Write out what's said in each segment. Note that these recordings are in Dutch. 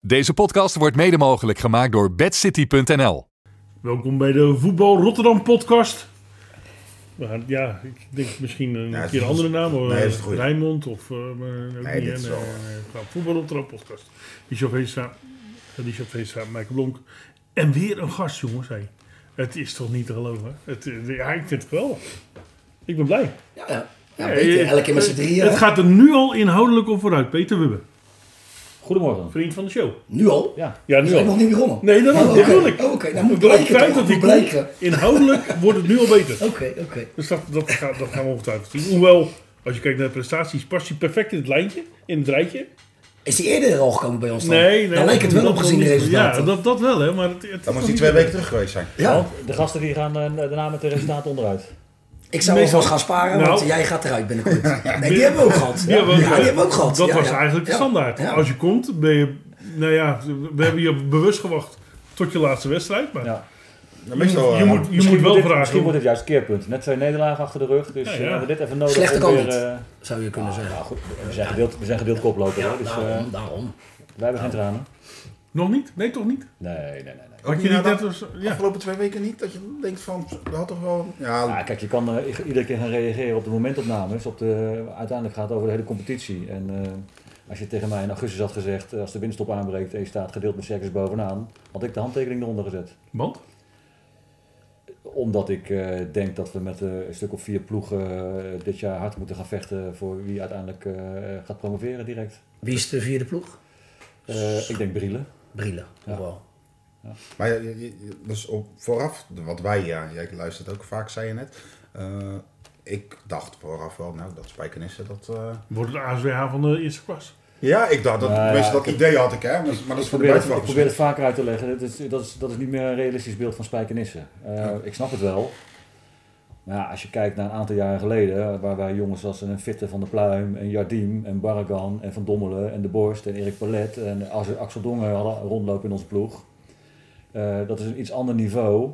Deze podcast wordt mede mogelijk gemaakt door bedcity.nl. Welkom bij de Voetbal Rotterdam podcast. Maar ja, ik denk misschien een keer een andere naam. Rijnmond of... Voetbal Rotterdam podcast. Richard Veenstra, Maaike Blonk. En weer een gast, jongens. Hey. Het is toch niet te geloven? Ik vind het geweldig. Ik ben blij. Ja, Peter, elke keer met z'n drieën. Het gaat er nu al inhoudelijk op vooruit. Peter Wubbe. Goedemorgen. Vriend van de show. Nu al? Ja, nu al. We zijn nog niet begonnen. Nee, dat wil ik. Oké, nou moet blijken. Inhoudelijk wordt het nu al beter. Oké. Dus dat gaan we ongetwijfeld zien. Hoewel, als je kijkt naar de prestaties, past hij perfect in het lijntje, in het rijtje. Is hij eerder al gekomen bij ons dan? Nee. Dan lijkt het wel op gezien de resultaten. Ja, dat wel hè. Maar dan moest hij 2 weken terug geweest zijn. Ja. De gasten die gaan daarna met de resultaten onderuit. Ik zou alvast gaan sparen, want jij gaat eruit binnenkort. Nee, die hebben we ook gehad. Die hebben we ook gehad. Dat was eigenlijk de standaard. Ja. Als je komt, ben je... Nou ja, we hebben je bewust gewacht tot je laatste wedstrijd. Maar je moet wel vragen. Misschien wordt het juist keerpunt. Net 2 nederlagen achter de rug. Dus we hebben dit even nodig. Slechte kant, zou je kunnen zeggen. Nou goed, we zijn gedeeld koploper. Ja, dus, daarom. Wij hebben geen tranen. Nog niet? Nee, toch niet? Nee. Had je niet de afgelopen 2 weken niet? Dat je denkt van, dat had toch wel... Ja, kijk, je kan iedere keer gaan reageren op de momentopnames. Uiteindelijk gaat het over de hele competitie. En als je tegen mij in augustus had gezegd, als de winststop aanbreekt en je staat gedeeld met Circus bovenaan, had ik de handtekening eronder gezet. Want? Omdat ik denk dat we met een stuk of 4 ploegen dit jaar hard moeten gaan vechten voor wie uiteindelijk gaat promoveren direct. Wie is de 4e ploeg? Ik denk Brielle. Ja. Wel. Ja. Maar dus vooraf, wat wij, jij luistert ook vaak, zei je net. Ik dacht vooraf wel, dat Spijkenisse, dat... Wordt het ASWH van de eerste klas? Ja, ik dacht, dat idee had ik, hè. Maar dat is voor de buitenwacht. Ik probeer het vaker uit te leggen. Dat is niet meer een realistisch beeld van Spijkenisse. Ik snap het wel. Maar ja, als je kijkt naar een aantal jaren geleden, waar wij jongens als een Fitte van der Pluim en Jardim en Barragan en Van Dommelen en De Borst en Erik Palet en Axel Dongen hadden rondlopen in onze ploeg. Dat is een iets ander niveau.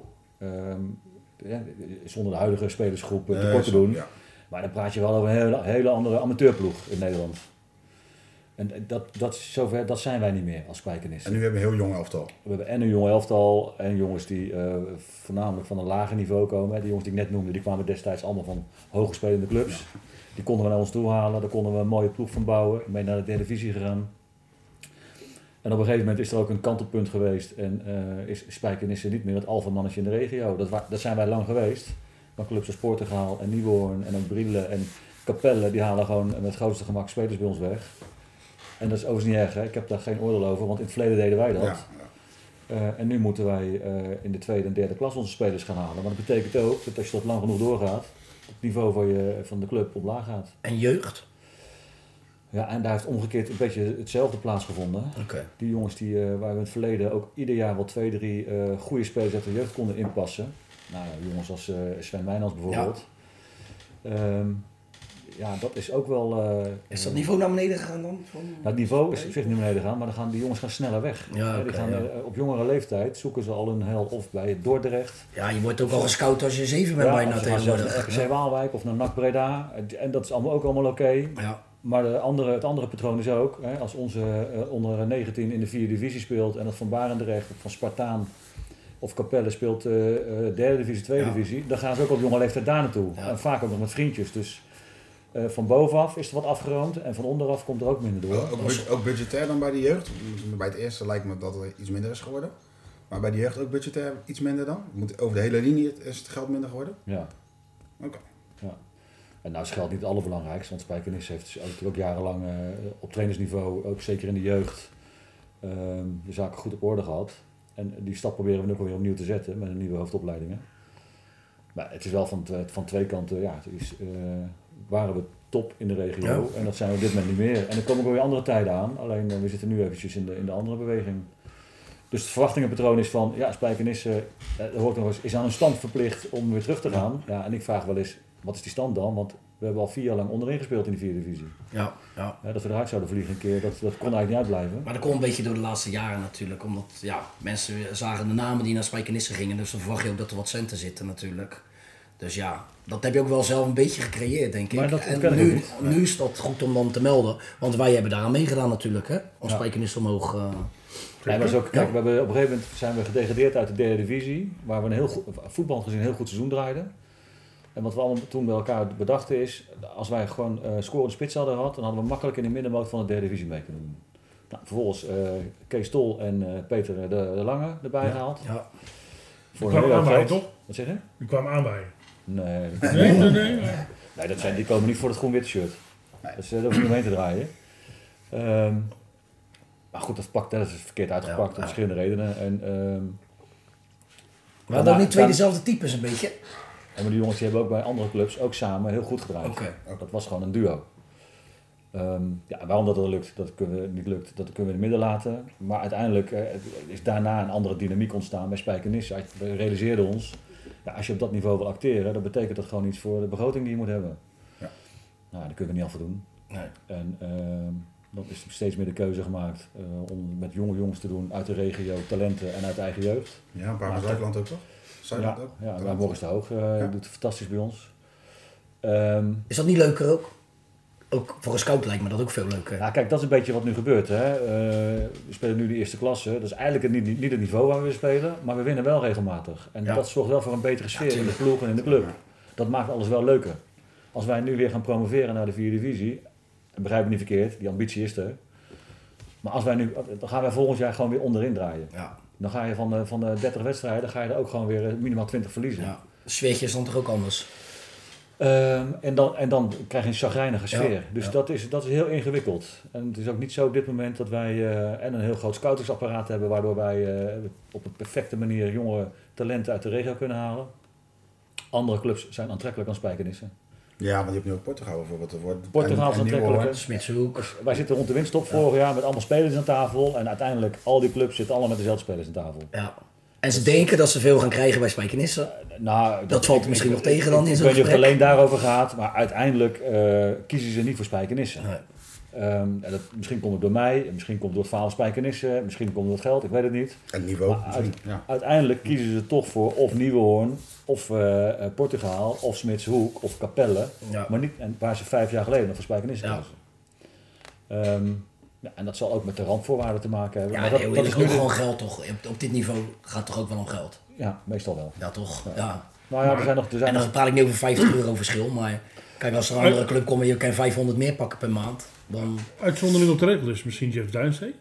Zonder de huidige spelersgroep tekort te doen. Ja. Maar dan praat je wel over een hele andere amateurploeg in Nederland. En dat zijn wij niet meer als Spijkenisse. En nu hebben we een heel jong elftal. We hebben en een jong elftal en jongens die voornamelijk van een lager niveau komen. Die jongens die ik net noemde, die kwamen destijds allemaal van hoge spelende clubs. Ja. Die konden we naar ons toe halen, daar konden we een mooie ploeg van bouwen. Mee naar de derde divisie gegaan. En op een gegeven moment is er ook een kantelpunt geweest en is Spijkenisse niet meer het alfamannetje in de regio. Dat zijn wij lang geweest. Van clubs als Portugal en Nieuwhoorn en ook Brielle en Capelle, die halen gewoon met het grootste gemak spelers bij ons weg. En dat is overigens niet erg, hè? Ik heb daar geen oordeel over, want in het verleden deden wij dat. Ja. En nu moeten wij in de 2e en 3e klas onze spelers gaan halen. Maar dat betekent ook dat als je dat lang genoeg doorgaat, het niveau van de club omlaag gaat. En jeugd? Ja, en daar heeft omgekeerd een beetje hetzelfde plaatsgevonden. Okay. Die jongens waar we in het verleden ook ieder jaar wel 2, 3 goede spelers uit de jeugd konden inpassen. Nou, jongens als Sven Wijnands bijvoorbeeld. Ja. Dat is ook wel... is dat niveau naar beneden gegaan dan? Het niveau is op zich niet naar beneden gegaan, maar dan gaan die jongens sneller weg. Ja, die gaan op jongere leeftijd zoeken ze al een hel of bij Dordrecht. Ja, je wordt ook al gescout als je 7 bent bijna tegenwoordig. RKC Waalwijk of naar NAC Breda. En dat is ook allemaal oké. Ja. Maar het andere patroon is ook, als onze onder 19 in de 4e divisie speelt en dat van Barendrecht of van Spartaan of Capelle speelt 3e divisie, 2e divisie, dan gaan ze ook op jonge leeftijd daar naartoe. Ja. En vaak ook nog met vriendjes. Dus van bovenaf is er wat afgeroomd en van onderaf komt er ook minder door. Ook budgetair dan bij de jeugd? Bij het eerste lijkt me dat er iets minder is geworden. Maar bij de jeugd ook budgetair iets minder dan? Over de hele linie is het geld minder geworden? Ja. Oké. Ja. En nou is geld niet het allerbelangrijkste, want Spijkenisse heeft ook jarenlang op trainersniveau, ook zeker in de jeugd, de zaken goed op orde gehad. En die stap proberen we nu weer opnieuw te zetten met een nieuwe hoofdopleidingen. Maar het is wel van 2 kanten, waren we top in de regio en dat zijn we op dit moment niet meer. En er komen ook weer andere tijden aan, alleen we zitten nu eventjes in de andere beweging. Dus het verwachtingenpatroon is van, Spijkenisse is aan een stand verplicht om weer terug te gaan. Ja, en ik vraag wel eens, wat is die stand dan? Want we hebben al 4 jaar lang onderin gespeeld in de 4e divisie. Ja. Dat we eruit zouden vliegen een keer, dat kon eigenlijk niet uitblijven. Maar dat komt een beetje door de laatste jaren natuurlijk. Omdat mensen zagen de namen die naar Spijkenisse gingen. Dus dan verwacht je ook dat er wat centen zitten natuurlijk. Dus ja, dat heb je ook wel zelf een beetje gecreëerd, denk ik. Maar nu is dat goed om dan te melden. Want wij hebben daaraan meegedaan natuurlijk, hè? Om Spijkenisse omhoog Ja, maar kijk, we hebben, op een gegeven moment zijn we gedegradeerd uit de derde divisie, waar we een heel goed, voetbal gezien een heel goed seizoen draaiden. En wat we allemaal toen bij elkaar bedachten is, als wij gewoon scorende spits hadden gehad, dan hadden we makkelijk in de middenmoot van de derde divisie mee kunnen doen. Nou, vervolgens Kees Tol en Peter de Lange erbij gehaald. Ja. Die kwamen aanwaaien, toch? Wat zeg je? Die kwamen aanwaaien. Nee. Nee. Nee, die komen niet voor het groen-witte shirt. Nee. Dus daar hoef je niet omheen te draaien. Maar goed, dat is verkeerd uitgepakt om verschillende redenen. En, we hadden ook niet twee dezelfde types een beetje. En maar die jongens die hebben ook bij andere clubs ook samen heel goed gedraaid. Oké. Dat was gewoon een duo. Waarom dat lukt, dat kunnen we in het midden laten. Maar uiteindelijk is daarna een andere dynamiek ontstaan bij Spijkenisse. We realiseerden ons, als je op dat niveau wil acteren, dan betekent dat gewoon iets voor de begroting die je moet hebben. Ja. Nou, daar kunnen we niet aan voldoen. Nee. En dan is er steeds meer de keuze gemaakt om met jonge jongens te doen uit de regio, talenten en uit de eigen jeugd. Ja, een paar van Zuidland ook toch? Zuidland ook? Ja, Maurice de Hoog doet het fantastisch bij ons. Is dat niet leuker ook? Ook voor een scout lijkt me dat ook veel leuker. Ja, kijk, dat is een beetje wat nu gebeurt. Hè. We spelen nu de eerste klasse. Dat is eigenlijk niet het niveau waar we spelen, maar we winnen wel regelmatig. En dat zorgt wel voor een betere sfeer in de ploeg en in de club. Dat maakt alles wel leuker. Als wij nu weer gaan promoveren naar de vierde divisie, en begrijp me niet verkeerd, die ambitie is er. Maar dan gaan wij volgend jaar gewoon weer onderin draaien. Ja. Dan ga je van de 30 wedstrijden, ga je er ook gewoon weer minimaal 20 verliezen. Ja. De sfeertje is dan toch ook anders? En dan krijg je een chagrijnige sfeer. Ja, dus dat is heel ingewikkeld. En het is ook niet zo op dit moment dat wij een heel groot scoutingsapparaat hebben, waardoor wij op een perfecte manier jonge talenten uit de regio kunnen halen. Andere clubs zijn aantrekkelijk aan Spijkenisse. Ja, want je hebt nu ook Portugal bijvoorbeeld. Portugal is aantrekkelijk. Smitshoek. Wij zitten rond de winststop vorig jaar met allemaal spelers aan tafel. En uiteindelijk, al die clubs zitten allemaal met dezelfde spelers aan tafel. Ja. En ze denken dat ze veel gaan krijgen bij Spijkenisse. Nou, dat valt misschien nog tegen dan in zo'n gesprek. Ik weet niet of het alleen daarover gaat, maar uiteindelijk kiezen ze niet voor Spijkenisse. Nee. Misschien komt het door mij, misschien komt het door het verhaal Spijkenisse, misschien komt het door het geld, ik weet het niet. Het niveau. Uiteindelijk kiezen ze toch voor of Nieuwehoorn, of Portugal, of Smitshoek, of Capelle. Ja. Maar niet, waar ze 5 jaar geleden nog voor Spijkenisse kozen. En dat zal ook met de randvoorwaarden te maken hebben. Ja, maar dat is ook gewoon geld toch? Op dit niveau gaat het toch ook wel om geld? Ja, meestal wel. Ja, toch? Ja. Nou ja, er zijn en dan praat ik niet over €50 verschil, maar kijk, als er een andere club komt en je kan 500 meer pakken per maand, dan... Uitzondering op de regel is misschien Jeff Duinstee.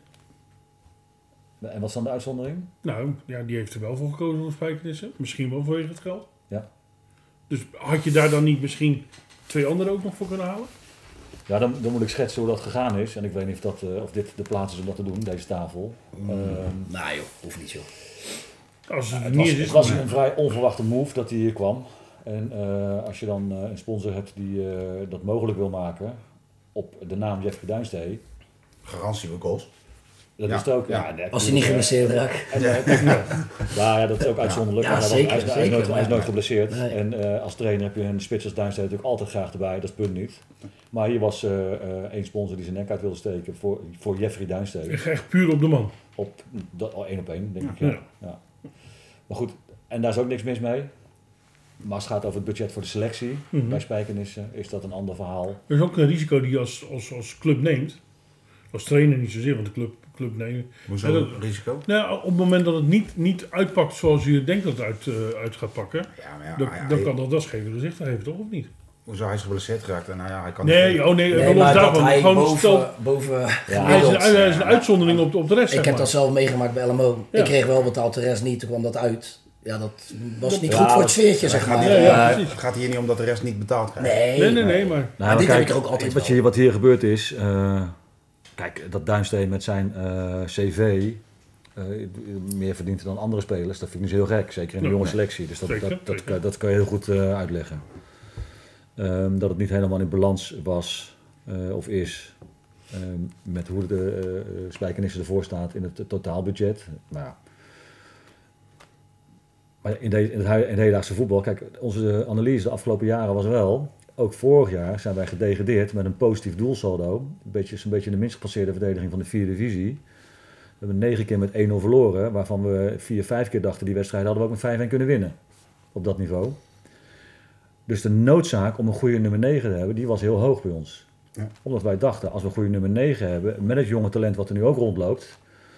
En wat is dan de uitzondering? Nou, ja, die heeft er wel voor gekozen om Spijkenisse. Misschien wel vanwege het geld. Ja. Dus had je daar dan niet misschien 2 anderen ook nog voor kunnen halen? Ja, dan moet ik schetsen hoe dat gegaan is. En ik weet niet of dit de plaats is om dat te doen, deze tafel. Nou joh, hoeft niet joh. Het was een vrij onverwachte move dat hij hier kwam. En als je dan een sponsor hebt die dat mogelijk wil maken op de naam Jeffrey Duinstee. Garantie voor goals. Dat is het ook. Ja. Als hij niet geblesseerd raakt. Ja, dat is ook uitzonderlijk. Ja, hij is nooit geblesseerd. Nee. En als trainer heb je een spits als Duinstee natuurlijk altijd graag erbij. Dat is het punt niet. Maar hier was één sponsor die zijn nek uit wilde steken voor Jeffrey Duinstee. Echt puur op de man? Op 1-op-1, denk ik. Ja. Maar goed, en daar is ook niks mis mee. Maar als het gaat over het budget voor de selectie bij Spijkenisse, is dat een ander verhaal. Er is ook een risico die je als club neemt. Als trainer niet zozeer, want de club neemt. Hoezo een risico? Nou, op het moment dat het niet uitpakt zoals je denkt dat het uit gaat pakken, dan kan dat scheef gezicht geven, toch? Of niet? Hoezo, hij is geblesseerd geraakt en hij kan niet... maar daarvan, hij boven hij is een uitzondering op de rest. Ik heb dat zelf meegemaakt bij LMO. Ja. Ik kreeg wel betaald, de rest niet, toen kwam dat uit. Ja, dat was niet goed voor het sfeertje, zeg maar. Het gaat hier niet om dat de rest niet betaald krijgt. Nee, maar... dit heb ik er ook altijd wel. Wat hier gebeurd is... Kijk, dat Duinstee met zijn cv meer verdient dan andere spelers, dat vind ik niet zo heel gek. Zeker in de jonge selectie. Dus dat kan je heel goed uitleggen. Dat het niet helemaal in balans was of is met hoe de Spijkenisse ervoor staat in het totaalbudget. Maar in het hedendaagse voetbal, kijk, onze analyse de afgelopen jaren was wel... Ook vorig jaar zijn wij gedegradeerd met een positief doelsaldo. Zo'n beetje de minst gepasseerde verdediging van de vierde divisie. We hebben 9 keer met 1-0 verloren, waarvan we 4-5 keer dachten die wedstrijd hadden we ook met 5-1 kunnen winnen. Op dat niveau. Dus de noodzaak om een goede nummer 9 te hebben, die was heel hoog bij ons. Ja. Omdat wij dachten, als we een goede nummer 9 hebben, met het jonge talent wat er nu ook rondloopt,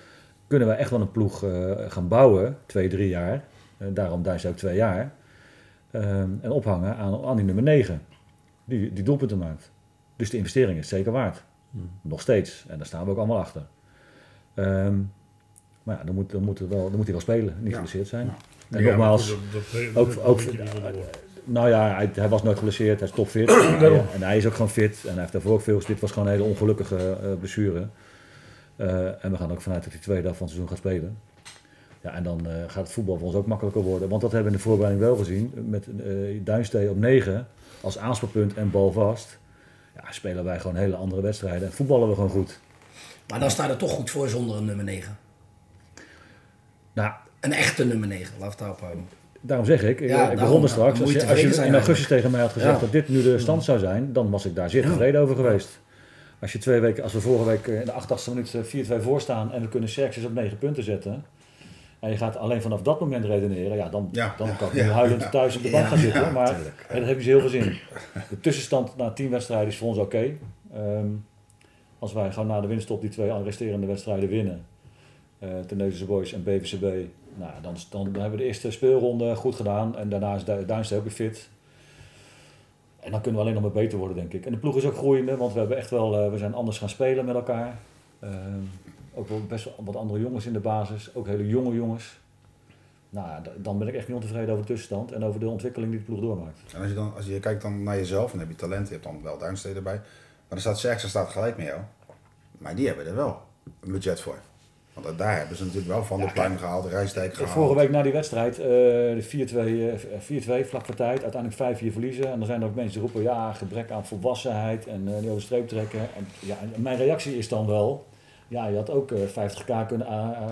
kunnen wij echt wel een ploeg gaan bouwen, 2-3 jaar. Daarom Duins ook 2 jaar. En ophangen aan die nummer 9. Die doelpunten maakt. Dus de investering is zeker waard. Nog steeds. En daar staan we ook allemaal achter. Maar ja, dan moet hij wel spelen. Niet geblesseerd zijn. En Ja, nogmaals, ook nou ja, hij was nooit geblesseerd. Hij is topfit. En hij is ook gewoon fit. En hij heeft daarvoor ook veel. Dit was gewoon een hele ongelukkige blessure. En we gaan ook vanuit dat hij 2 dagen van het seizoen gaat spelen. Ja, en dan gaat het voetbal voor ons ook makkelijker worden. Want dat hebben we in de voorbereiding wel gezien. Met Duinstee op 9 als aanspeelpunt en balvast. Ja, spelen wij gewoon hele andere wedstrijden. En voetballen we gewoon goed. Maar dan staat het toch goed voor zonder een nummer 9. Nou, Een echte nummer 9, laat het daarop houden. daarom zeg ik, Ja, ik begon er straks. dan moet je Als tevreden je zijn in augustus eigenlijk. tegen mij had gezegd dat dit nu de stand zou zijn, dan was ik daar zeer tevreden over geweest. Als we vorige week in de 88e minuut 4-2 voorstaan en we kunnen Xerxes op 9 punten zetten. En je gaat alleen vanaf dat moment redeneren, dan kan ik nu huilend thuis op de bank gaan zitten. Maar dat heeft dus heel veel zin. De tussenstand na 10 wedstrijden is voor ons oké. Als wij gewoon na de winststop die 2 resterende wedstrijden winnen, Terneuzense Boys en BVCB, nou, dan hebben we de eerste speelronde goed gedaan. En daarna is Duinstee ook weer fit. En dan kunnen we alleen nog maar beter worden, denk ik. En de ploeg is ook groeiende, want we hebben echt wel, we zijn anders gaan spelen met elkaar. Ook wel best wel wat andere jongens in de basis, ook hele jonge jongens. Nou ja, dan ben ik echt niet ontevreden over de tussenstand en over de ontwikkeling die de ploeg doormaakt. En als je kijkt dan naar jezelf, dan heb je talent, je hebt dan wel Duinstee erbij. Maar dan staat gelijk met jou. Maar die hebben er wel een budget voor. Want daar hebben ze natuurlijk wel Van der Pluim gehaald, Rijsdijk gehaald. Vorige week na die wedstrijd, de 4-2 vlak voor tijd, uiteindelijk 5-4 verliezen. En dan zijn er ook mensen die roepen, ja, gebrek aan volwassenheid en die over de streep trekken. En mijn reactie is dan wel, ja, je had ook 50k kunnen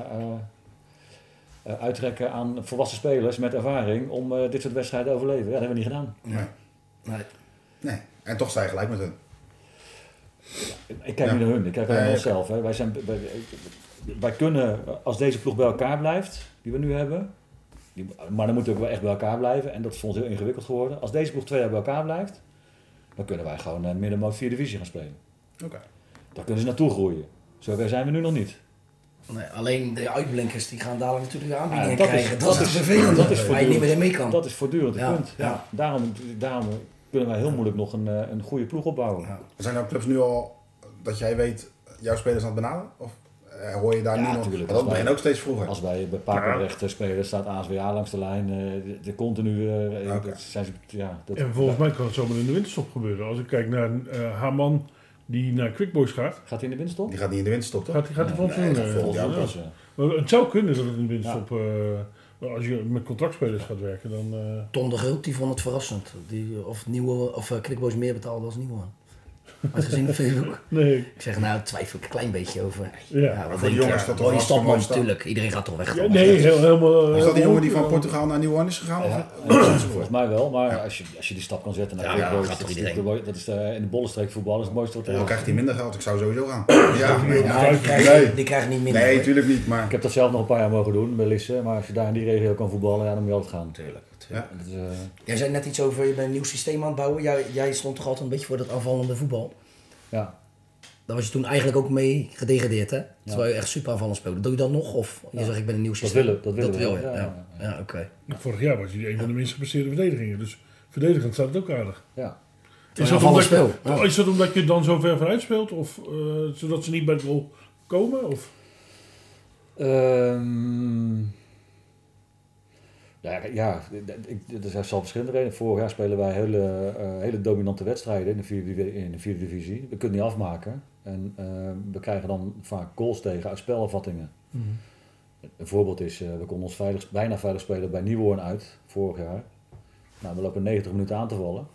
uittrekken aan volwassen spelers met ervaring om dit soort wedstrijden te overleven. Ja, dat hebben we niet gedaan. Nee. En toch sta je gelijk met hun. Ik kijk niet naar hun, ik kijk naar onszelf. Hè. Wij kunnen, als deze ploeg bij elkaar blijft, die we nu hebben, maar dan moeten we ook wel echt bij elkaar blijven en dat is voor ons heel ingewikkeld geworden. Als deze ploeg 2 jaar bij elkaar blijft, dan kunnen wij gewoon middenmoot 4 divisie gaan spelen. Oké. Daar kunnen ze naartoe groeien. Zover zijn we nu nog niet. Nee, alleen de uitblinkers die gaan dadelijk natuurlijk de aanbiedingen dat krijgen. is- Dat is vervelend, dat is waar je niet meer in mee kan. Dat is voortdurend het punt. Ja. Ja. Daarom kunnen wij heel moeilijk nog een goede ploeg opbouwen. Ja. Zijn er clubs nu al dat jij weet, jouw spelers aan het benaderen? Of hoor je daar nu nog? Natuurlijk. Want dat begint ook steeds vroeger. Als wij bij Papendrecht spelen, staat ASWA langs de lijn. De continu zijn ze... Ja, En volgens mij kan het zomaar in de winterstop gebeuren. Als ik kijk naar Haman die naar Quick Boys gaat. Gaat hij in de winterstop? Die gaat niet in de winterstop, toch? Gaat hij van het seizoen? volgend jaar pas. Maar het zou kunnen dat het in de winterstop... als je met contractspelers gaat werken, dan... Tom de Groot die vond het verrassend. Of Quickboys meer betaalde als Nieuwhoorn. Had je gezien op Facebook? Nee. Ik zeg, nou twijfel ik een klein beetje over. Ja. Wat voor de denk jongens je? dat toch Mooie wel stapman mooi stap. natuurlijk. Iedereen gaat toch weg. Ja, nee, helemaal... Is dat die jongen die van helemaal- Portugal naar Nieuw-Orleans is gegaan? Ja, Of? volgens mij wel, maar als je die stap kan zetten naar Ja, Quickboys, gaat toch dat is iedereen. natuurlijk dat is in de bollenstreek voetbal is het mooiste wat er Dan is. krijgt hij minder geld. Ik zou sowieso gaan. Ja, nee, Maar die krijgt niet minder. nee, natuurlijk niet. Maar Ik heb dat zelf nog een paar jaar mogen doen bij Lisse, maar als je daar in die regio kan voetballen, dan moet je altijd gaan. Tuurlijk. ja. Dat is, Jij zei net iets over, je bent een nieuw systeem aan het bouwen. Jij stond toch altijd een beetje voor dat aanvallende voetbal. ja. Daar was je toen eigenlijk ook mee gedegradeerd, hè? Terwijl je echt super aanvallend speelde. Doe je dat nog? Of je zegt, ik ben een nieuw systeem? dat willen we wil wel, je, ja. ja. Oké. Vorig jaar was hij een van de minst gepresteerde verdedigingen. Dus verdedigend staat het ook aardig. Ja. Is Ja, dat, omdat, speel. Ja. is dat omdat je dan zo ver vooruit speelt? Of zodat ze niet bij het goal komen? Of? Er zijn verschillende redenen. Vorig jaar spelen wij hele dominante wedstrijden in de vierde divisie. We kunnen niet afmaken. En we krijgen dan vaak goals tegen uit spelafvattingen. Een voorbeeld is, we konden ons bijna veilig spelen bij Nieuwhoorn uit, vorig jaar. Nou, we lopen 90 minuten aan te vallen.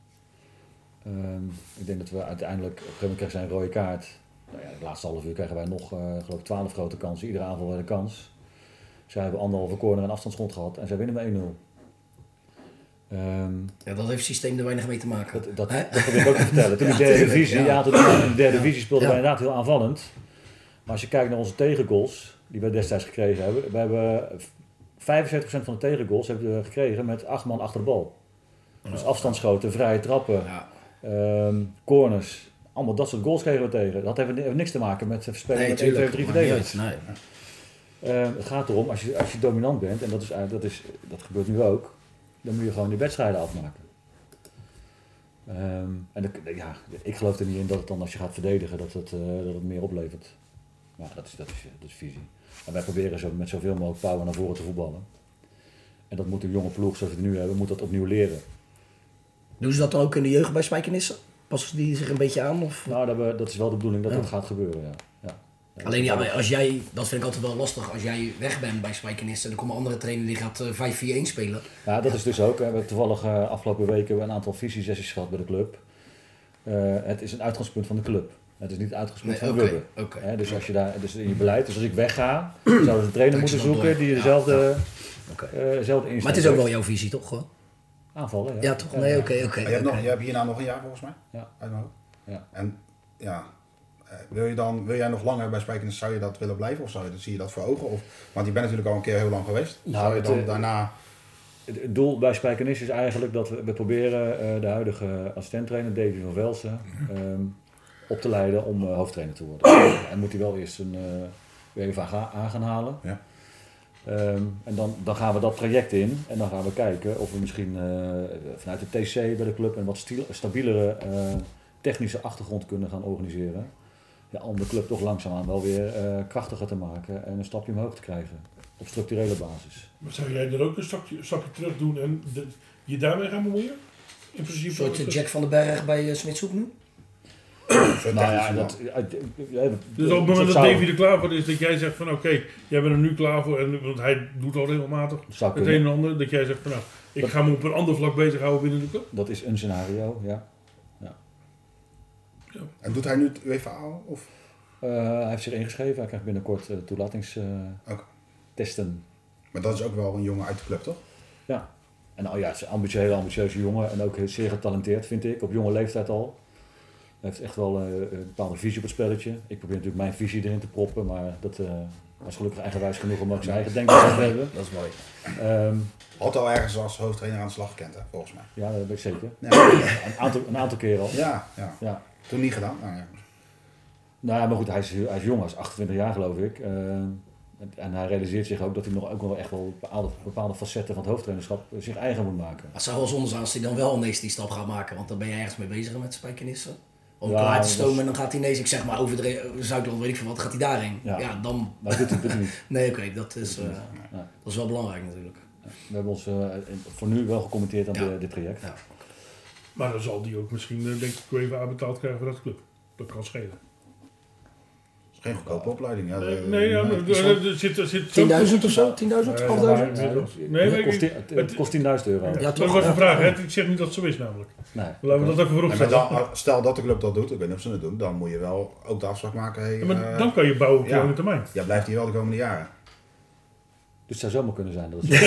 Ik denk dat we uiteindelijk, op een gegeven moment krijgen zij een rode kaart. Nou ja, de laatste half uur krijgen wij nog, geloof ik, 12 grote kansen. Iedere aanval werd een kans. Zij hebben 1,5 corner en afstandsschot gehad en zij winnen met 1-0. Ja, dat heeft het systeem er weinig mee te maken. Dat Hè? probeer ik ook te vertellen. Toen in de derde divisie, in de derde divisie speelden wij inderdaad heel aanvallend. Maar als je kijkt naar onze tegengoals, die we destijds gekregen hebben. We hebben 75% van de tegengoals hebben we gekregen met 8 man achter de bal. Dus afstandsschoten, vrije trappen, corners. Allemaal dat soort goals kregen we tegen. Dat heeft niks te maken met spelen met 1, 2, 3 verdedigers. Nee. Het gaat erom, als je dominant bent, en dat gebeurt nu ook, dan moet je gewoon die wedstrijden afmaken. Ik geloof er niet in dat het dan als je gaat verdedigen, dat het meer oplevert. Maar dat is visie. En wij proberen met zoveel mogelijk power naar voren te voetballen. En dat moet een jonge ploeg zoals we het nu hebben, moet dat opnieuw leren. Doen ze dat dan ook in de jeugd bij Spijkenisse? Passen die zich een beetje aan? Of? Nou, dat is wel de bedoeling dat dat gaat gebeuren, ja. Alleen ja, als jij, dat vind ik altijd wel lastig, als jij weg bent bij Spijkenisse en er komt een andere trainer die gaat 5-4-1 spelen. Ja, dat is dus ook. We hebben toevallig afgelopen weken een aantal visiesessies gehad bij de club. Het is een uitgangspunt van de club. Het is niet het uitgangspunt van de club. Okay. Dus als je daar, dus in je beleid, dus als ik wegga, zouden ze een trainer moeten zoeken die dezelfde instelling. Maar het is ook wel jouw visie, toch? Gewoon? Aanvallen, ja. Ja, toch? Nee, oké. Je hebt hierna nog een jaar volgens mij? Ja. Uit mijn hoofd? Ja. En ja, wil jij nog langer bij Spijkenisse, zou je dat willen blijven of zie je dat voor ogen? Want je bent natuurlijk al een keer heel lang geweest. Zou je dan daarna... Het doel bij Spijkenisse is eigenlijk dat we proberen de huidige assistenttrainer Davy van Velsen op te leiden om hoofdtrainer te worden. En moet hij wel eerst een UEFA aan gaan halen. Ja. En dan gaan we dat traject in en dan gaan we kijken of we misschien vanuit de TC bij de club een wat stabielere technische achtergrond kunnen gaan organiseren. Ja, om de club toch langzaamaan wel weer krachtiger te maken en een stapje omhoog te krijgen. Op structurele basis. Maar zou jij er ook een stapje terug doen en je daarmee gaan bemoeien? In principe Een soort Jack van den Berg bij Smitshoek nu? Dus op het moment dat Davy er klaar voor is, dat jij zegt van oké, jij bent er nu klaar voor, want hij doet al regelmatig het een en ander, dat jij zegt van nou, ik ga me op een ander vlak bezighouden binnen de club. Dat is een scenario, ja. En doet hij nu het UEFA of? Hij heeft zich ingeschreven, hij krijgt binnenkort toelatingstesten. Maar dat is ook wel een jongen uit de club, toch? Ja. En het is een hele ambitieuze jongen en ook zeer getalenteerd, vind ik, op jonge leeftijd al. Hij heeft echt wel een bepaalde visie op het spelletje. Ik probeer natuurlijk mijn visie erin te proppen, maar dat was gelukkig eigenwijs genoeg om ook zijn eigen denkbeeld te hebben. Dat is mooi. Had al ergens als hoofdtrainer aan de slag gekend, hè, volgens mij. Ja, dat heb ik zeker. Ja. Een aantal keren al. Ja. Toen niet gedaan. Nou, ja. Nou ja, maar goed, hij is jong, hij is 28 jaar geloof ik. En hij realiseert zich ook dat hij ook nog echt wel bepaalde facetten van het hoofdtrainerschap zich eigen moet maken. Het zou wel zonde zijn als hij dan wel ineens die stap gaat maken, want dan ben je ergens mee bezig met Spijkenisse. Om klaar te stomen en dan gaat hij ineens, ik zeg maar over de Zuidland, weet ik veel wat, gaat hij daarheen. Ja, dan... Maar dat doet hij niet. Nee, oké, dat is wel belangrijk natuurlijk. We hebben ons voor nu wel gecommenteerd aan dit traject. Ja. Maar dan zal die ook misschien, denk ik, UEFA betaald krijgen voor dat club. Dat kan schelen. Geen goedkope opleiding. Ja, er zit 10.000 of zo? 10.000? 11.000? Het kost €10.000. Ja, dat was een vraag. Hè? Ik zeg niet dat het zo is namelijk. Nee. Laten we dat even voorop zetten. Stel dat de club dat doet, ik weet niet of ze het doen, dan moet je wel ook de afspraak maken. Hey, maar dan kan je bouwen op lange termijn. Ja, blijft hier wel de komende jaren. Dus het zou zomaar kunnen zijn dat het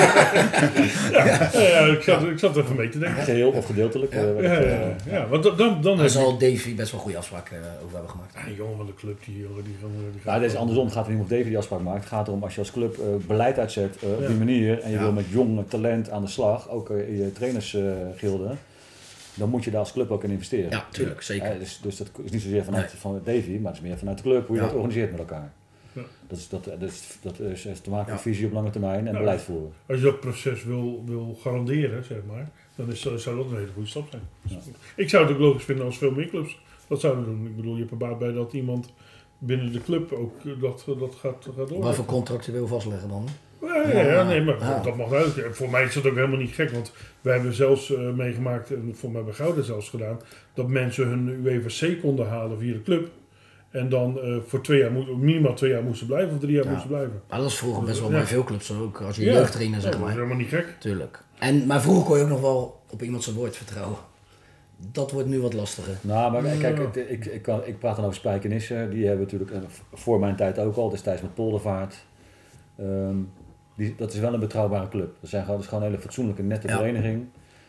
ik zat er even mee te denken. Geheel of gedeeltelijk. Want dan daar zal Davy best wel goede afspraken over hebben gemaakt. Een jongen van de club die deze andersom gaat het niet om Davy die afspraak maakt. Het gaat erom als je als club beleid uitzet op die manier en je wil met jong talent aan de slag, ook in je trainersgilde, dan moet je daar als club ook in investeren. Ja, tuurlijk, zeker. Dus dat is niet zozeer vanuit Davy, maar het is meer vanuit de club hoe je dat organiseert met elkaar. Ja. Dat is te maken met visie op lange termijn en beleid voeren. Als je dat proces wil garanderen, zeg maar, dan zou dat een hele goede stap zijn. Ja. Ik zou het ook logisch vinden als veel meer clubs dat zouden doen. Ik bedoel, je hebt er baat bij dat iemand binnen de club ook dat gaat doen. Wat voor contractueel vastleggen dan? Maar dat mag duidelijk. Voor mij is dat ook helemaal niet gek, want wij hebben zelfs meegemaakt, en voor mij hebben Gouden zelfs gedaan, dat mensen hun UEFA-C konden halen via de club. En dan voor minimaal 2 jaar moesten blijven of 3 jaar moesten blijven. Maar dat is vroeger best wel bij veel clubs ook, als je jeugdtrainer zeg maar. Dat is helemaal niet gek. Tuurlijk. Maar vroeger kon je ook nog wel op iemand zijn woord vertrouwen. Dat wordt nu wat lastiger. Nou, maar kijk, ik praat dan over Spijkenisse. Die hebben natuurlijk voor mijn tijd ook al, destijds met Poldervaart. Dat is wel een betrouwbare club. Dat is gewoon een hele fatsoenlijke, nette vereniging.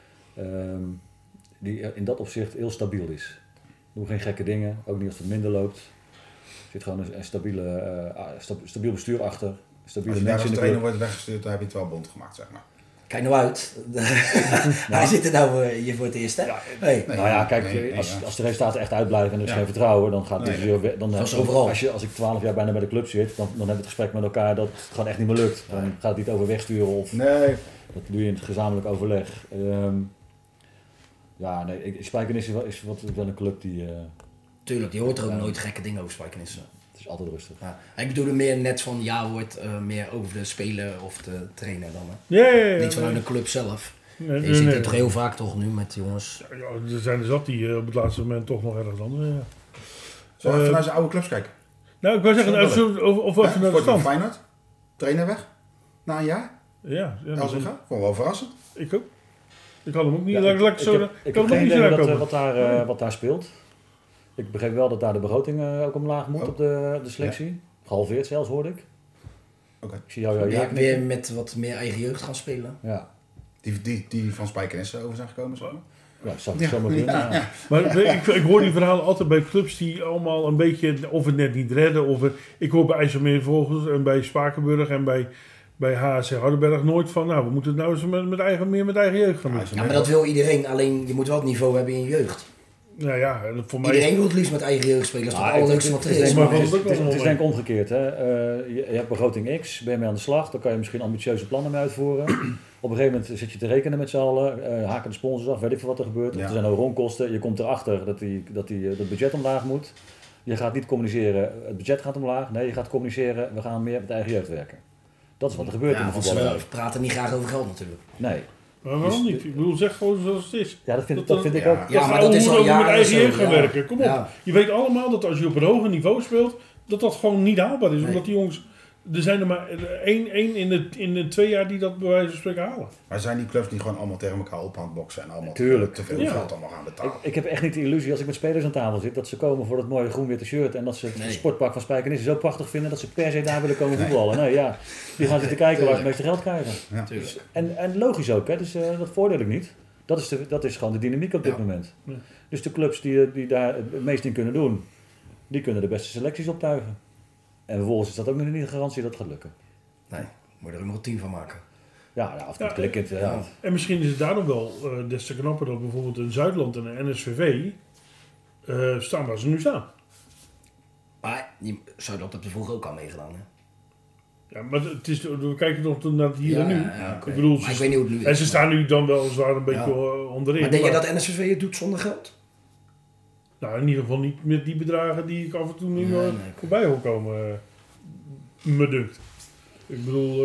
Die in dat opzicht heel stabiel is. Doen geen gekke dingen, ook niet als het minder loopt. Er zit gewoon een stabiel bestuur achter. Als je daar als trainer wordt weggestuurd, dan heb je het wel bond gemaakt, zeg maar. Kijk nou uit. Hij zit er nou hier voor het eerst, hè? Hey. Nou ja, kijk, als de resultaten echt uitblijven en er is geen vertrouwen, dan gaat het Zoals overal. Als ik 12 jaar bijna bij de club zit, dan hebben we het gesprek met elkaar dat het gewoon echt niet meer lukt. Dan gaat het niet over wegsturen of dat doe je in het gezamenlijk overleg. Spijkenisse is wel een club die... Tuurlijk, die hoort er ook nooit gekke dingen over Spijkenisse. Het is altijd rustig. Ja. Ik bedoel er meer net van, wordt meer over de speler of de trainer dan. Niet vanuit de club zelf. Je ziet het toch heel vaak toch nu met jongens. Ja, er zijn er zat die op het laatste moment toch nog ergens anders. Ja. Zullen we even naar zijn oude clubs kijken? Nou, ik wou zeggen, of even naar de stand. Feyenoord, trainer weg, na een jaar. Ja. Elzinga, vond ik wel verrassend. Ik ook. Ik had hem ook niet. Ik heb geen idee wat daar speelt. Ik begreep wel dat daar de begroting ook omlaag moet op de selectie. Ja. Gehalveerd zelfs, hoorde ik. Okay. Ik zie jou weer met wat meer eigen jeugd gaan spelen. Ja. Die van Spijkenisse over zijn gekomen, zeg maar. Ja, zou ik zomaar doen. Ja. Maar ik hoor die verhalen altijd bij clubs die allemaal een beetje, of het net niet redden. Ik hoor bij IJsselmeervogels en bij Spakenburg en bij HSC Hardenberg nooit van, we moeten het nou eens met eigen jeugd gaan doen. Ja, maar dat wil iedereen, alleen je moet wel het niveau hebben in je jeugd. Nou ja, voor mij... Iedereen wil het liefst met eigen jeug spelen, dat is toch het allerleukste wat er is. Het is denk ik omgekeerd. Hè? Je hebt begroting X, ben je mee aan de slag, dan kan je misschien ambitieuze plannen mee uitvoeren. Op een gegeven moment zit je te rekenen met z'n allen, haken de sponsors af, weet ik veel wat er gebeurt. Er zijn ook rondkosten, je komt erachter dat het budget omlaag moet. Je gaat niet communiceren, het budget gaat omlaag. Nee, je gaat communiceren, we gaan meer met eigen jeugd werken. Dat is wat er gebeurt in de voetballerij. We praten niet graag over geld natuurlijk. Nee. Maar waarom niet? Ik bedoel, zeg gewoon zoals het is. Ja, dat vind ik ook. Ja, maar dat is al met eigen jeugd gaan werken. Kom op. Ja. Je weet allemaal dat als je op een hoger niveau speelt, dat gewoon niet haalbaar is. Nee. Omdat die jongens, er zijn er maar één in de 2 jaar die dat bij wijze van spreken halen. Maar zijn die clubs niet gewoon allemaal tegen elkaar op aan het boksen en allemaal te veel geld allemaal gaan betalen? Ik heb echt niet de illusie als ik met spelers aan tafel zit dat ze komen voor dat mooie groen-witte shirt en dat ze het sportpark van Spijkenisse zo prachtig vinden dat ze per se daar willen komen voetballen. Nee, ja. Die gaan zitten kijken waar ze het meeste geld krijgen. Ja. En logisch ook, hè? Dus dat voordeel ik niet. Dat is gewoon de dynamiek op dit moment. Ja. Dus de clubs die daar het meest in kunnen doen, die kunnen de beste selecties optuigen. En vervolgens is dat ook nog niet een garantie dat het gaat lukken. Nee, moet je er ook nog een team van maken. Ja, of het klikt. Ja. En misschien is het daarom wel des te knapper dat bijvoorbeeld in Zuidland en de NSVV staan waar ze nu staan. Maar Zuidland heeft er vroeger ook al meegedaan, hè? Ja, maar we kijken nog naar het hier en nu. Ja, okay. Ik bedoel, ik weet niet hoe het nu is. En ze staan nu dan wel zwaar een beetje onderin. Maar denk je dat NSVV het doet zonder geld? Nou, in ieder geval niet met die bedragen die ik af en toe nu voorbij hoor komen. Me dunkt. Ik bedoel,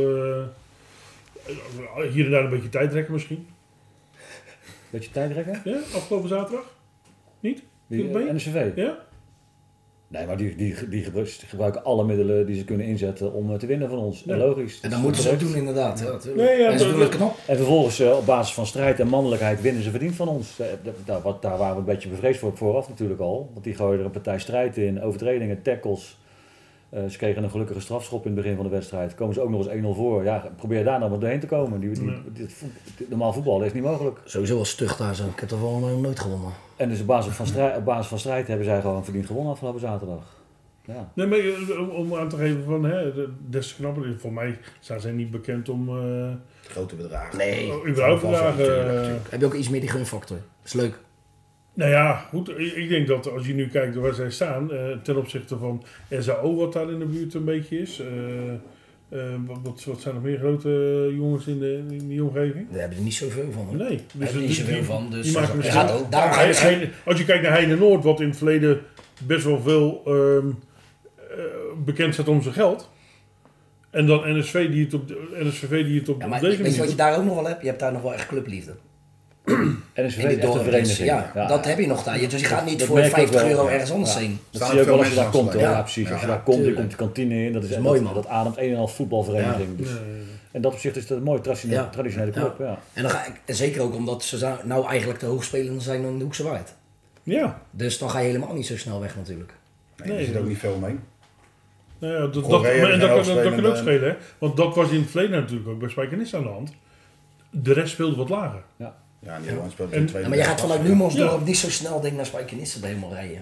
hier en daar een beetje tijdrekken misschien. Beetje tijdrekken? Ja, afgelopen zaterdag? Niet? NSVV? Ja? Nee, maar die gebruiken alle middelen die ze kunnen inzetten om te winnen van ons. Ja. En logisch. En dat moeten ze ook doen inderdaad. Ja, en ze doen het knap. En vervolgens op basis van strijd en mannelijkheid winnen ze verdiend van ons. Daar waren we een beetje bevreesd vooraf natuurlijk al. Want die gooien er een partij strijd in, overtredingen, tackles. Ze kregen een gelukkige strafschop in het begin van de wedstrijd. Komen ze ook nog eens 1-0 voor. Ja, probeer daar nou wat doorheen te komen. Normaal voetballen is niet mogelijk. Sowieso wel stug daar zo. Ik heb er wel nooit gewonnen. En dus op basis van strijd hebben zij gewoon verdiend gewonnen afgelopen zaterdag. Ja. Nee, maar om aan te geven van, des te knapper, voor mij staan zij niet bekend om... grote bedragen. Nee. Überhaupt bedragen. Heb je ook iets meer die gunfactor? Dat is leuk. Nou ja, goed. Ik denk dat als je nu kijkt waar zij staan, ten opzichte van SAO wat daar in de buurt een beetje is. Wat zijn nog meer grote jongens in die omgeving? Daar hebben er niet zoveel van. Hoor. Nee. Daar hebben er niet zoveel van. Dus die maken als je kijkt naar Heine Noord, wat in het verleden best wel veel bekend staat om zijn geld. En dan NSVV die het op maar deze weet je wat je daar ook nog wel hebt? Je hebt daar nog wel echt clubliefde. NSVV is echt een vereniging. Ja, dat heb je nog daar. Dus je gaat niet voor €50 ergens anders heen. Dat zie je ook wel als je daar komt. Ja, precies. Als je daar komt, je komt de kantine in. Dat is mooi, man. Dat ademt een en al voetbalvereniging. Dus. En dat opzicht is het een mooie traditionele club. Ja. En dan zeker ook omdat ze nou eigenlijk de hoogspelende zijn in de Hoekse Waard. Ja. Dus dan ga je helemaal niet zo snel weg natuurlijk. Nee, er zit ook niet veel mee. Nou ja, dat kan ook schelen, hè? Want dat was in het verleden natuurlijk ook bij Spijkenisse aan de hand. De rest speelde wat lager. Ja, Nederland speelt in tweede. Maar je gaat vanuit Numansdorp niet zo snel denk naar Spijkenisse helemaal rijden.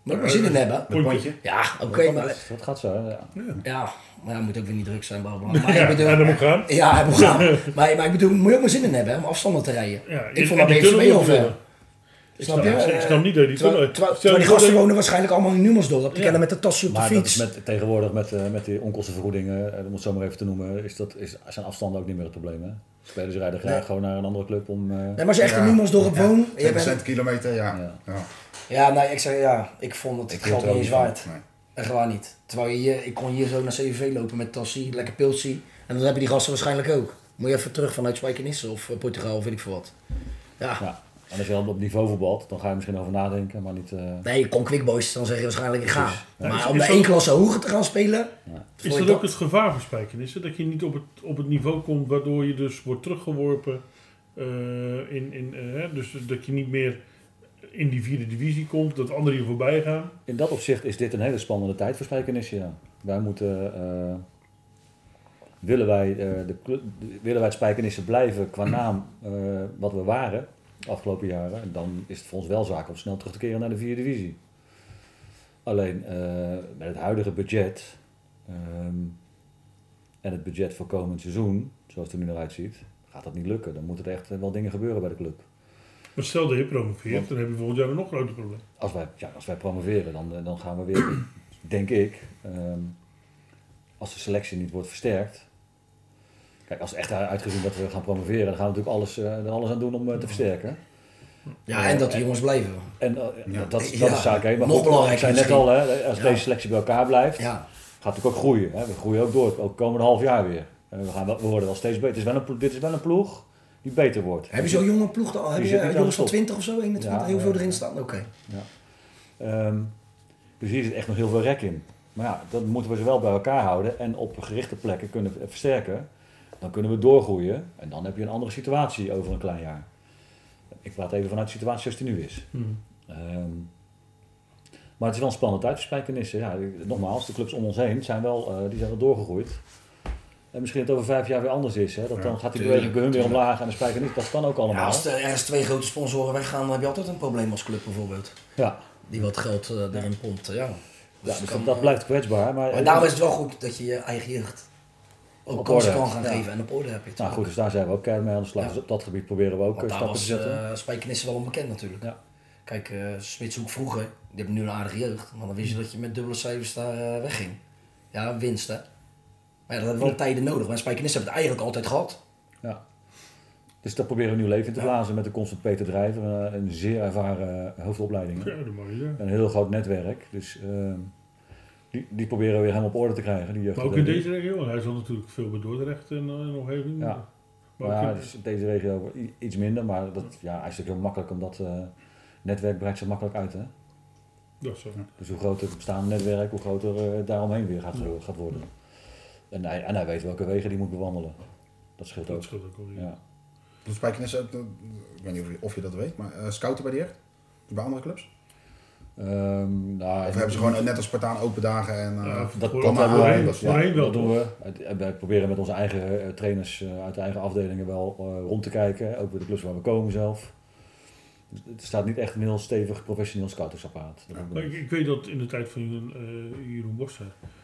Moet ik maar zin in hebben. Met pontje. Ja, oké, maar... Dat gaat zo, hè? Ja. Ja, maar ja, moet ook weer niet druk zijn, bla bla. Maar ik bedoel, en dan moet gaan. ja, hij moet gaan. maar ik bedoel, moet je ook maar zin in hebben om afstanden te rijden. Ja, Ik vond en dat die BVB tunnel al ver. willen. Snap je? Ik snap niet dat die tunnel... Terwijl die gasten wonen waarschijnlijk allemaal in Numansdorp. Die kennen met de tasje op de Maar dat fiets. is tegenwoordig met die onkostenvergoedingen, om het zo maar even te noemen, zijn afstanden ook niet meer het probleem. Hè? Spelers rijden graag gewoon naar een andere club om... Nee, maar als je echt in Numansdorp woont... je 10% bent... kilometer, ja. Ja, nee, ik zei ja, ik vond het geld niet eens waard. Nee. Echt waar niet. Terwijl ik kon hier zo naar CVV lopen met tassie, lekker pilsie. En dan heb je die gasten waarschijnlijk ook. Moet je even terug vanuit Spijkenisse of Portugal of weet ik veel wat. Ja. En als je dan op niveau voetbalt, dan ga je misschien over nadenken, maar niet... Nee, ik kom Quickboys, dan zeg je waarschijnlijk ik ga. Ja. Maar om de één klasse hoger te gaan spelen... Is dat ook het gevaar voor Spijkenisse? Dat je niet op het niveau komt waardoor je dus wordt teruggeworpen. Dus dat je niet meer in die 4e divisie komt, dat anderen je voorbij gaan. In dat opzicht is dit een hele spannende tijd voor Spijkenisse, ja. Wij moeten... willen wij het Spijkenisse blijven qua naam wat we waren de afgelopen jaren, dan is het voor ons wel zaak om snel terug te keren naar de 4e divisie. Alleen met het huidige budget en het budget voor komend seizoen, zoals het er nu naar uitziet, gaat dat niet lukken. Dan moeten er echt wel dingen gebeuren bij de club. Maar stel dat je promoveert, dan heb je volgend jaar een nog groter probleem. Als wij promoveren, dan gaan we weer, denk ik, als de selectie niet wordt versterkt. Kijk, als het echt uitgezien dat we gaan promoveren, dan gaan we natuurlijk alles aan doen om te versterken. Ja, en dat de jongens blijven. En dat is zaak. Hè. Maar nog goed, belangrijker ik zei net misschien. al, hè, als deze selectie bij elkaar blijft, Ja. gaat natuurlijk ook groeien. Hè. We groeien ook door, ook komende half jaar weer. We worden wel steeds beter. Dit is wel een ploeg die beter wordt. Heb je zo'n jonge ploeg dan? Heb Die je zit niet aan jongens de van top. 20 of zo, 21, heel veel erin staan? Oké. Dus hier zit echt nog heel veel rek in. Maar ja, dat moeten we ze wel bij elkaar houden en op gerichte plekken kunnen versterken. Dan kunnen we doorgroeien en dan heb je een andere situatie over een klein jaar. Ik praat even vanuit de situatie zoals die nu is. Maar het is wel een spannende tijd voor Spijkenisse. Ja, nogmaals, de clubs om ons heen zijn wel doorgegroeid. En misschien het over 5 jaar weer anders is. Hè? Dan gaat die beweging bij hun weer omlaag en de Spijkenisse, dat kan ook allemaal. Ja, als er ergens 2 grote sponsoren weggaan, dan heb je altijd een probleem als club bijvoorbeeld. Ja. Die wat geld erin pompt. Ja. Dus dat blijft kwetsbaar. Maar daarom is het wel goed dat je je eigen jeugd ook kansen kan gaan geven en op orde heb je het. Nou goed, dus daar zijn we ook keihard mee aan de slag. Ja. Dus op dat gebied proberen we ook Want daar stappen te zetten. was Spijkenisse wel onbekend natuurlijk. Ja. Kijk, Smitshoek vroeger, die hebben nu een aardige jeugd. Maar dan wist je dat je met dubbele cijfers daar wegging. Ja, winst hè. Maar ja, dat hebben we wel tijden nodig. Maar Spijkenisse hebben het eigenlijk altijd gehad. Ja. Dus daar proberen we nieuw leven in te blazen met de constant Peter Drijver. Een zeer ervaren hoofdopleiding. Ja, dat mag je zeggen. Een heel groot netwerk. Dus die proberen we weer helemaal op orde te krijgen. Die Maar ook in deze regio, en hij zal natuurlijk veel bij Dordrecht en omgeving. Ja. Maar Ja, ook in- dus in deze regio iets minder. Maar dat hij is natuurlijk heel makkelijk omdat netwerk breidt zich makkelijk uit. Hè? dat is zo. Dus hoe groter het bestaande netwerk, hoe groter daaromheen weer gaat worden. En hij weet welke wegen die moet bewandelen. Dat scheelt ook. Dat scheelt ook wel weer. Ja. Doet Spijkenisse ook, ik weet niet of je dat weet, maar scouten bij die echt? Bij andere clubs? Of hebben ze gewoon net als Spartaan open dagen en... dat voor- kan maar maar voorheen, voorheen wel. Dat doen we. Wij proberen met onze eigen trainers uit de eigen afdelingen wel rond te kijken. Ook bij de clubs waar we komen zelf. Dus het staat niet echt een heel stevig professioneel scoutingsapparaat. Maar ik weet dat in de tijd van Jeroen Boster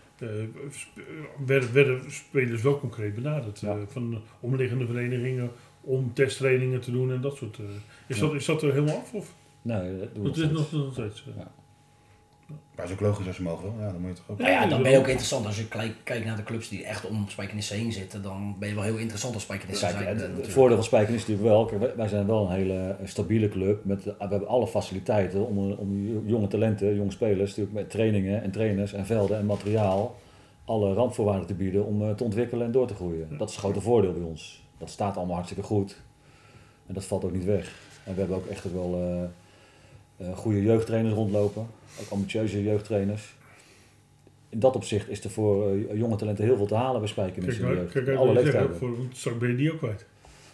werden spelers wel concreet benaderd. Ja. Van omliggende verenigingen om testtrainingen te doen en dat soort. Is dat er helemaal af? Of? Nee, dat doen we Dat is nog nog steeds. Ja. Maar is ook logisch als je mogen wil. Ja, dan moet je toch ook... Nou ja, dan ben je ook interessant. Als je kijkt naar de clubs die echt om Spijkenisse heen zitten, dan ben je wel heel interessant als Spijkenisse Kijk, zijn. het voordeel van Spijken is natuurlijk wel, kijk, wij zijn wel een hele stabiele club. We hebben alle faciliteiten om jonge talenten, jonge spelers, natuurlijk met trainingen en trainers en velden en materiaal, alle randvoorwaarden te bieden om te ontwikkelen en door te groeien. Dat is het grote voordeel bij ons. Dat staat allemaal hartstikke goed en dat valt ook niet weg. En we hebben ook echt wel goede jeugdtrainers rondlopen, ook ambitieuze jeugdtrainers. In dat opzicht is er voor jonge talenten heel veel te halen bij Spijkenisse in de jeugd. Kijk, Alle uit leeftijden. straks ben je die ook kwijt.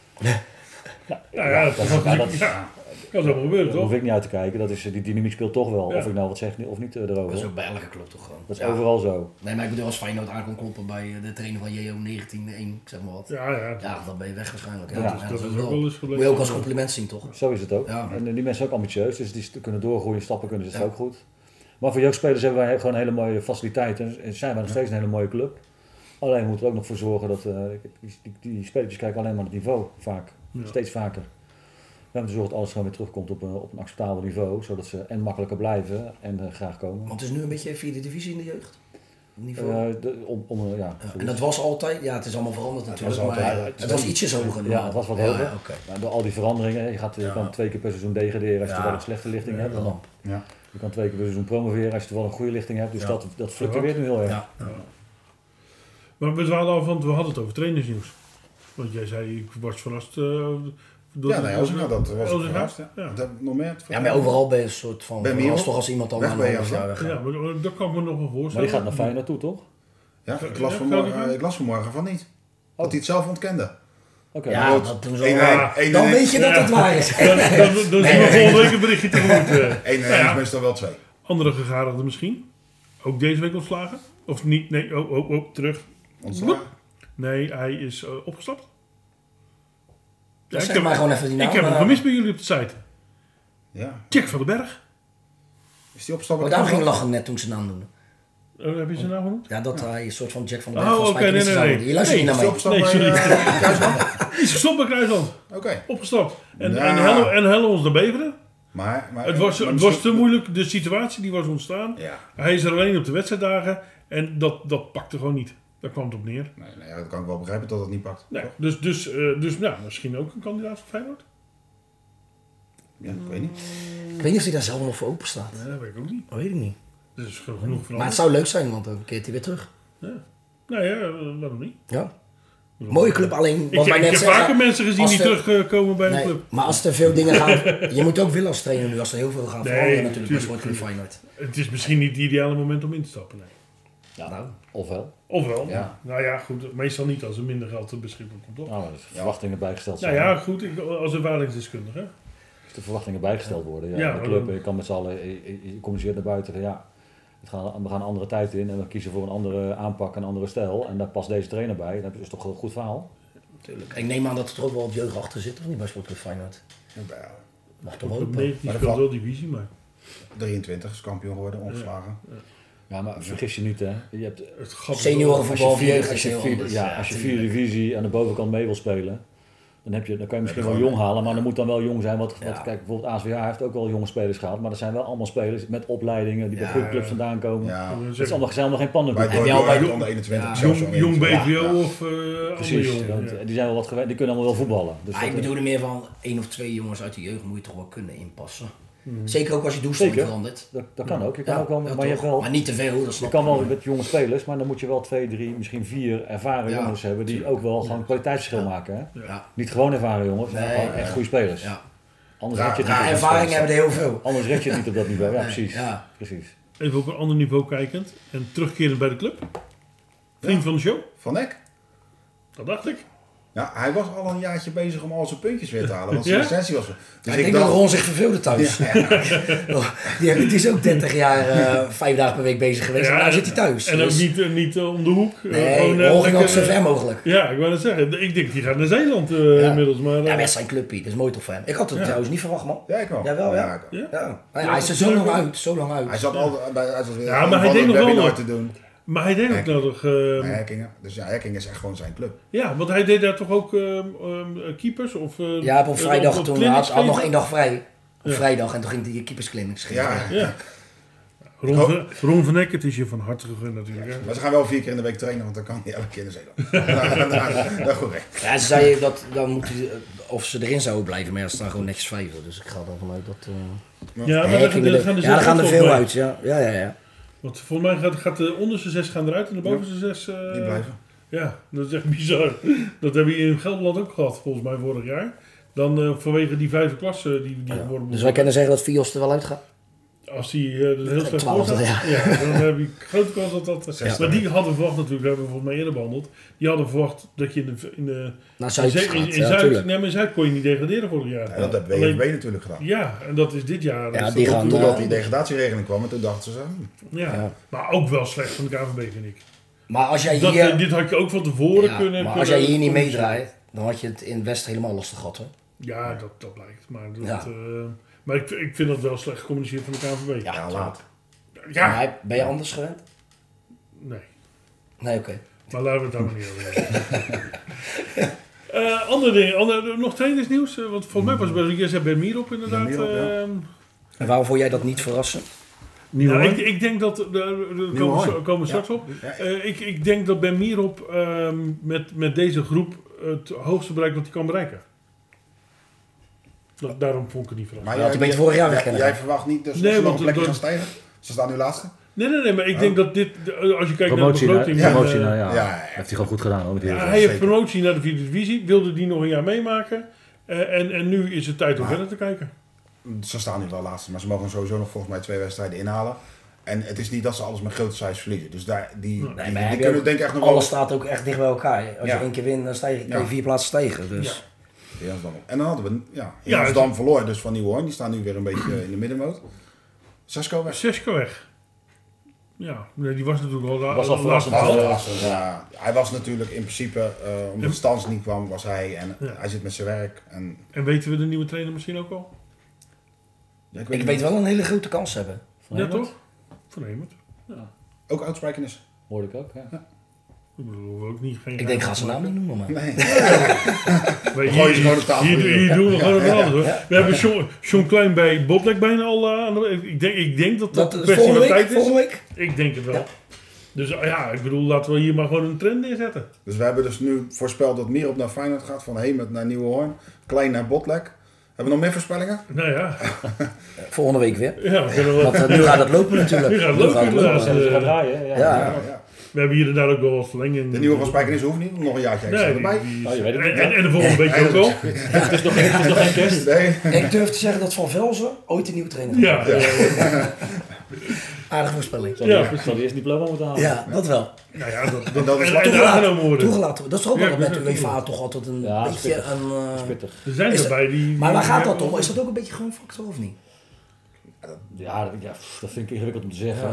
Ja, Kan zo gebeuren, Daar toch? hoef ik niet uit te kijken, dat is, die dynamiek speelt toch wel. Ja. Of ik nou wat zeg of niet erover. Dat is ook bij elke club toch gewoon. Dat is Ja. overal zo. Nee, maar ik bedoel als Feyenoord aan kon kloppen bij de trainer van JO 19-1, zeg maar wat. Ja. Ja, dan ben je weg waarschijnlijk. Ja, Ja, dat is ook wel- wel eens moet gebleken. je ook als compliment zien toch? Zo is het ook. Ja. En die mensen zijn ook ambitieus, dus die kunnen doorgroeien, stappen kunnen ze het Ja. ook goed. Maar voor jeugdspelers hebben wij gewoon hele mooie faciliteiten. En zijn wij nog steeds een hele mooie club. Alleen we moeten er ook nog voor zorgen dat die spelers kijken alleen maar het niveau vaak. Ja. Steeds vaker. We hebben te zorgen dat alles gewoon weer terugkomt op een acceptabel niveau. Zodat ze en makkelijker blijven en graag komen. Want het is nu een beetje 4e divisie in de jeugd. Niveau. En dat was altijd, het is allemaal veranderd natuurlijk, maar het was ietsjes hoger. Ja, het was wat hoger. Ja, okay. Maar door al die veranderingen, je kan 2 keer per seizoen degraderen als je toevallig een slechte lichting hebt. Ja. Je kan 2 keer per seizoen promoveren als je toevallig een goede lichting hebt. Dus dat fluctueert nu heel erg. Ja. Maar we dwalen af, want we hadden het over trainersnieuws. Want jij zei, ik was verrast. Dat was ik verrast. Ja. Ja. Dat heb ik nog meer. Ja, maar overal ben je een soort van, als toch als iemand al weg aan ben je een half jaar af, weg. Ja, maar dat kan ik me nog wel voorstellen. Maar die gaat naar Feyenoord toe, toch? Ja, ik las vanmorgen van niet. Dat hij het zelf ontkende. Oké. Ja, dat doen ze al. Eén Dan weet je dat het waar is. Dan zien we volgende week een berichtje tegemoet. Eén is meestal wel 2. Andere gegadigden misschien. Ook deze week ontslagen? Of niet? Nee, terug. Ontslagen? Nee, hij is opgestapt. Ja, zeg maar gewoon even die naam. Ik heb hem gemist bij jullie op de site. Ja. Jack van den Berg. Is die opstappen? Maar daarom ging lachen net toen ze naam noemden. Heb je zijn naam genoemd? Ja, dat hij een soort van Jack van den Berg Oh, van oké, Spijkenissen zou nee. worden. Je luistert niet naar mij. Nee, sorry. Die is gestopt bij Kruisland. Oké. Opgestapt. En Ja. hellen ons naar Beveren. Maar Het was te moeilijk. De situatie die was ontstaan. Ja. Hij is er alleen op de wedstrijddagen. En dat pakte gewoon niet. Daar kwam het op neer. Nee, dat kan ik wel begrijpen dat het niet pakt. Nee, Toch? dus misschien ook een kandidaat voor Feyenoord. Ja, ik weet niet. Ik weet niet of hij daar zelf nog voor open staat. Nee, dat weet ik ook niet. Dat weet ik niet. Dat is genoeg van Maar het zou leuk zijn, want dan keert hij weer terug. Nou ja, waarom niet? Ja. Mooie club, alleen Ik wat wij net heb zeggen. vaker mensen gezien als die er- terugkomen bij de Nee, club. maar als er veel dingen gaan... Je moet ook willen als trainer nu, als er heel veel gaan veranderen natuurlijk bij tuurlijk, Sportclub Feyenoord. Het is misschien niet het ideale moment om in te stappen. Nee. Ja, Nou. ofwel. Ofwel. Ja. Nou ja, goed. Meestal niet als er minder geld beschikbaar komt, toch? Nou, als verwachtingen bijgesteld Nou zijn. ja, goed. Als ervaringsdeskundige. Als de verwachtingen bijgesteld worden. Ja, de club, je kan met z'n allen, je communiceert naar buiten van we gaan een andere tijd in en we kiezen voor een andere aanpak, een andere stijl. En daar past deze trainer bij. Dat is toch een goed verhaal? Tuurlijk. Ik neem aan dat er ook wel wat jeugd achter zit, of niet, bij Sportclub Feyenoord? Mag toch wel Op hopen. 19 Maar speelt dat wel divisie, maar 23 is kampioen geworden, ongeslagen. Ja, maar vergis je niet, hè. Je hebt, het gat is Seniorenvoetbal of jeugd als is je heel anders. als je vierde divisie aan de bovenkant mee wil spelen, dan kan je misschien wel jong halen, maar dan moet dan wel jong zijn. Kijk, bijvoorbeeld ASWA heeft ook wel jonge spelers gehad, maar er zijn wel allemaal spelers met opleidingen die bij goede clubs vandaan komen. Ja. Dat is allemaal geen pannenkoek. Bij onder 21, Jong BVO Ja. of Precies, andere jongen. want die zijn wel wat gewend, die kunnen allemaal wel voetballen. Dus Maar ik dat, bedoelde meer van 1 of 2 jongens uit de jeugd moet je toch wel kunnen inpassen. Zeker ook als je doelstelling Zeker. verandert. dat kan ook. Je kan Ja, ook wel, ja, maar je hebt toch. wel. Maar niet te veel, dat Je snap kan wel ik. met jonge spelers, maar dan moet je wel 2, 3, misschien 4 ervaren Ja, jongens hebben die ook wel gewoon kwaliteitsverschil maken. Hè? Ja. Niet gewoon ervaren jongens, maar Nee, gewoon echt goede spelers. Ja. Anders red je het Ja, niet op dat ervaring niveau. hebben er heel veel. Anders red je het niet op dat niveau. Ja, Nee, precies. ja. precies. Even op een ander niveau kijkend en terugkerend bij de club. Vriend van de show, Van Eck. dat dacht ik. Ja, hij was al een jaartje bezig om al zijn puntjes weer te halen, want zijn Ja? licentie was... Dus Ik denk dat Ron zich verveelde thuis. Die is ook 30 jaar 5 dagen per week bezig geweest en nou zit hij thuis. En Dus- ook niet om de hoek. Nee, gewoon, Ron ging ook lekker, zo ver mogelijk. Ja, ik wou net zeggen. Ik denk, die gaat naar Zeeland inmiddels. Maar, Ja, best zijn clubpie, dat is mooi toch voor hem. Ik had het trouwens niet verwacht, man. Ja, ik wel. Jawel, ja. ik- Ja? Ja. Hij is er zo lang uit, zo lang uit. Hij zat al bij weer Ja, maar hij deed nog wel webinar nog. te doen. Maar hij deed ook nog... Bij Hekkingen. Dus ja, Hekkingen is echt gewoon zijn club. ja, want hij deed daar toch ook keepers? Of, Ja, op vrijdag op toen clinics had nog geven? 1 dag vrij. Op Ja. vrijdag en toen ging hij je keepersclinics geven. Ja, Ja. Ron van Eck, het is je van harte gegund natuurlijk. Hè? maar ze gaan wel 4 keer in de week trainen, want dan kan hij elke keer naar Zeeland. Dat goed, hè. Ja, ze zei dat dan moet hij, of ze erin zouden blijven, maar ja, ze staan gewoon netjes 5. Dus ik ga er vanuit dat... Ja, maar daar gaan er ja, er gaan er zes veel volgens mij. uit, ja. Want volgens mij gaat de onderste 6 gaan eruit en de bovenste 6... Die blijven. Ja, dat is echt bizar. Dat hebben we in Gelderland ook gehad, volgens mij vorig jaar. Dan vanwege die 5e klasse die worden... Dus wij kunnen zeggen dat Fios er wel uitgaat. Als die er heel slecht voor 12e, staat, ja. dan heb je grote kans dat dat... Maar die hadden verwacht natuurlijk, dat hebben we volgens mij eerder behandeld. Die hadden verwacht dat je Naar Zuid gaat, in ja, Zuid, tuurlijk. nee, maar in Zuid kon je niet degraderen vorig jaar. Ja, dat heeft Alleen- WFB natuurlijk gedaan. Ja, en dat is dit jaar. Ja, is die dat gaan, ook- Totdat die degradatieregeling kwam en toen dachten ze... ja. Ja. Maar ook wel slecht van de KNVB, vind ik. Maar als jij Dat, hier... dit had je ook van tevoren Ja, kunnen... maar als jij hier niet kunnen- meedraait, dan had je het in West helemaal lastig gehad, hoor. Ja, dat blijkt. Maar, Ja. maar ik vind dat wel slecht gecommuniceerd van de KNVB. Ja, Ja, laat. Ja. Maar ben je anders gewend? Nee. Nee, oké. Maar laten we het daar maar niet over hebben. Andere dingen. Nog trainersnieuws? Want volgens mij was het bij jij Ben Mierop inderdaad. Ben Mierop, ja. En waarom vond jij dat niet verrassend? Nou, ik denk dat... Daar komen we straks op. Ja. Ik denk dat Ben Mierop met deze groep het hoogste bereikt wat hij kan bereiken. Daarom vond ik het niet verrassend. Ja, die ben je vorig jaar weggegaan. Jij verwacht niet dus Nee, dat ze nog want een plekje dat- gaan stijgen? Ze staan nu laatste. Nee, maar ik denk dat dit... Als je kijkt Promotie, naar de begroting... promotie naar, ja. ja. Heeft hij gewoon goed gedaan hoor. Met die hij Heerenveen. heeft promotie naar de 4e divisie. Wilde die nog een jaar meemaken. En nu is het tijd om verder te kijken. Ze staan nu wel laatste, maar ze mogen sowieso nog volgens mij 2 wedstrijden inhalen. En het is niet dat ze alles met grote cijfers verliezen. Dus die kunnen denk ik echt nog wel... Alles staat ook echt dicht bij elkaar. Als Ja. je 1 keer wint, dan kan je Ja. 4 plaatsen stijgen. Dus. Ja, en dan hadden we Amsterdam verloor dus van Nieuwhoorn. Die staan nu weer een beetje in de middenmoot. Sesco weg. Sesko weg. Ja, nee, die was natuurlijk al... Was al verrassend. Ja, hij was natuurlijk in principe, omdat Stans niet kwam, was hij. En Ja. hij zit met zijn werk. En weten we de nieuwe trainer misschien ook al? Ja, Ik weet wel een hele grote kans hebben. Van Ja, Hemert? toch? Van Hemert. Ook uitspijkenis. Hoorde ik ook, ja. Ik bedoel, ook niet geen... Ik denk, ga zijn naam niet noemen, man. Nee. Hier, gooien ze gewoon op tafel. hier doen we gewoon wat anders hoor. We hebben John Klein bij Botlek bijna al aan de... Ik denk dat dat Dat een kwestie van tijd is. volgende week? Ik denk het wel. Ja. Dus ja, ik bedoel, laten we hier maar gewoon een trend neerzetten. Dus we hebben dus nu voorspeld dat Mierop naar Feyenoord gaat, van Hemert naar Nieuwehoorn, Klein naar Botlek. Hebben we nog meer voorspellingen? Nou ja, Volgende week weer. ja we kunnen wel... Want nu gaat het lopen natuurlijk. Nu gaat het lopen, inderdaad. Ze gaan draaien, hè? Ja. We hebben hier inderdaad ook wel wat verlenging. De nieuwe van Spijkenis hoeft niet, nog een jaartje extra Nee, erbij. Oh, je weet het niet. en de volgende week ook al. Het is nog geen kerst. Nee. Ik durf te zeggen dat Van Velzen ooit een nieuwe trainer Ja, Aardige voorspelling. Zal die eerst diploma moeten halen? Ja, dat wel. nou ja, dat is en aangenomen worden. Toegelaten. Dat is toch ook wel Ja, met dat de is UEFA toch altijd een Ja, beetje spittig. een... Pittig. Er zijn Is erbij die... Maar waar gaat dat die- om? Is dat ook een beetje gewoon een factor of niet? Ja, dat vind ik ingewikkeld om te zeggen.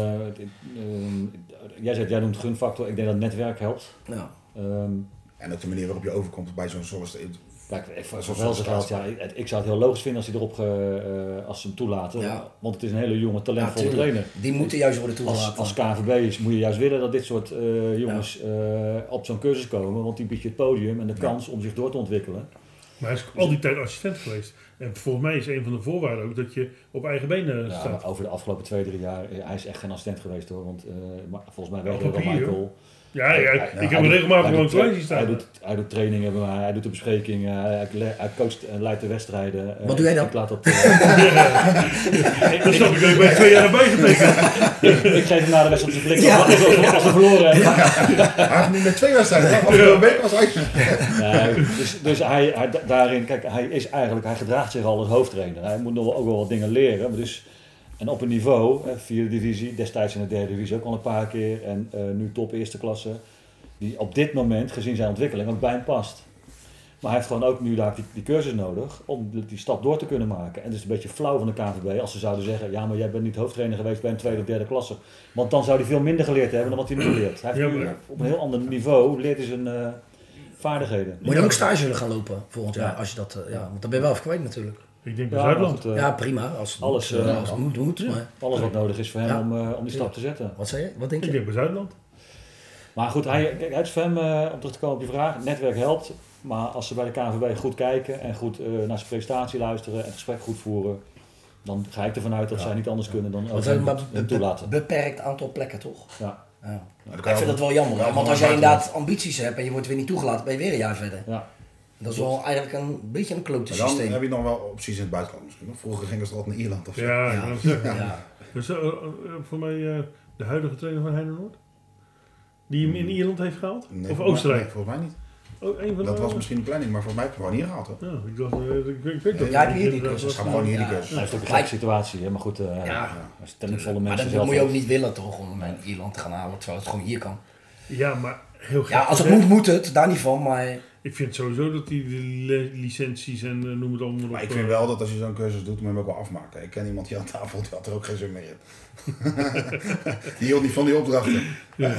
Jij zegt, jij noemt gunfactor. Ik denk dat het netwerk helpt. Ja. En ook de manier waarop je overkomt bij zo'n soort... Kijk, voor Velzen geldt, ja, ik zou het heel logisch vinden als hij erop, als ze hem toelaten. Ja. Want het is een hele jonge, talentvolle tuurlijk. trainer. Die moeten juist worden toegelaten. Als KNVB moet je juist willen dat dit soort jongens op zo'n cursus komen. Want die biedt je het podium en de kans om zich door te ontwikkelen. Maar hij is al die tijd assistent geweest. En volgens mij is een van de voorwaarden ook dat je op eigen benen Ja, staat. maar over de afgelopen 2-3 jaar, hij is echt geen assistent geweest hoor. Want volgens mij Op werkt ook al papier, Michael. Ja, ik heb hem regelmatig gewoon klein zien staan. Hij doet trainingen bij mij, hij doet de besprekingen, hij coacht en leidt de wedstrijden. Wat doe jij dan? Ik laat dat, Dat snap ik, ik ben 2 jaar erbij getekend. ik geef hem na de wedstrijd op zijn flik Ja. als we verloren hebben. Hij heeft nu met 2 wedstrijden. Afgelopen week was hij... Nee, dus hij daarin, kijk, hij gedraagt zich al als hoofdtrainer. Hij moet nog ook wel wat dingen leren. Maar dus, en op een niveau, 4e divisie, destijds in de 3e divisie ook al een paar keer. En nu top 1e klasse. Die op dit moment, gezien zijn ontwikkeling, ook bij hem past. Maar hij heeft gewoon ook nu daar die cursus nodig om die stap door te kunnen maken. En het is een beetje flauw van de KNVB als ze zouden zeggen, ja maar jij bent niet hoofdtrainer geweest bij een 2e of 3e klasse. Want dan zou hij veel minder geleerd hebben dan wat hij nu leert. Hij heeft Ja, nu maar- op een heel ander niveau leert hij zijn vaardigheden. Moet je dan ook stage willen gaan lopen volgend jaar? Als je dat, want dan ben je wel even kwijt natuurlijk. Ik denk bij Ja, Zuidland. maar goed, Ja, prima. Als het alles, moet, als het moet. Maar, alles wat nodig is voor hem Ja. om die stap te zetten. wat zei je? Wat denk Ik je? denk bij Zuidland. Maar goed, hij is voor hem, om terug te komen op je vraag, het netwerk helpt. Maar als ze bij de KNVB goed kijken en goed naar zijn prestatie luisteren en het gesprek goed voeren, dan ga ik ervan uit dat zij niet anders kunnen dan ook Want hem toelaten. beperkt aantal plekken toch? Ja. Ja. dan Ik kan je vind ook- dat wel jammer. Ja, Want als maar jij inderdaad ambities hebt en je wordt weer niet toegelaten, ben je weer een jaar verder. Ja. Dat is wel eigenlijk een beetje een klote Maar dan systeem. heb je nog wel opties in het buitenland misschien. Vroeger gingen ze altijd naar Ierland of zo. Ja, Ja. dat is- Ja. Dus voor mij de huidige trainer van Heinenoord. Die hem in Ierland heeft gehaald? Nee, Of volgens mij- Oostenrijk? nee, volgens mij niet. Oh, een van Dat de- was misschien de planning, maar volgens mij heb je gewoon hier gehaald hoor. Ja, ik dacht, ik weet dat. Ja, heb je hier die cursus? Ga gewoon hier die Ja. cursus. Hij heeft ook een Gelijk. gekke situatie, hè? Maar goed, als talentvolle Maar mensen dat zelf moet je ook niet willen toch, om in Ierland te gaan halen, terwijl het gewoon hier kan. Ja, maar heel gek. Ja, als het gezegd. moet het, daar niet van, maar... Ik vind sowieso dat die licenties en noem het allemaal Maar op. ik vind wel dat als je zo'n cursus doet, moet je hem ook wel afmaken. Ik ken iemand die aan tafel, die had er ook geen zin meer in. Die hield niet van die opdrachten. Ja.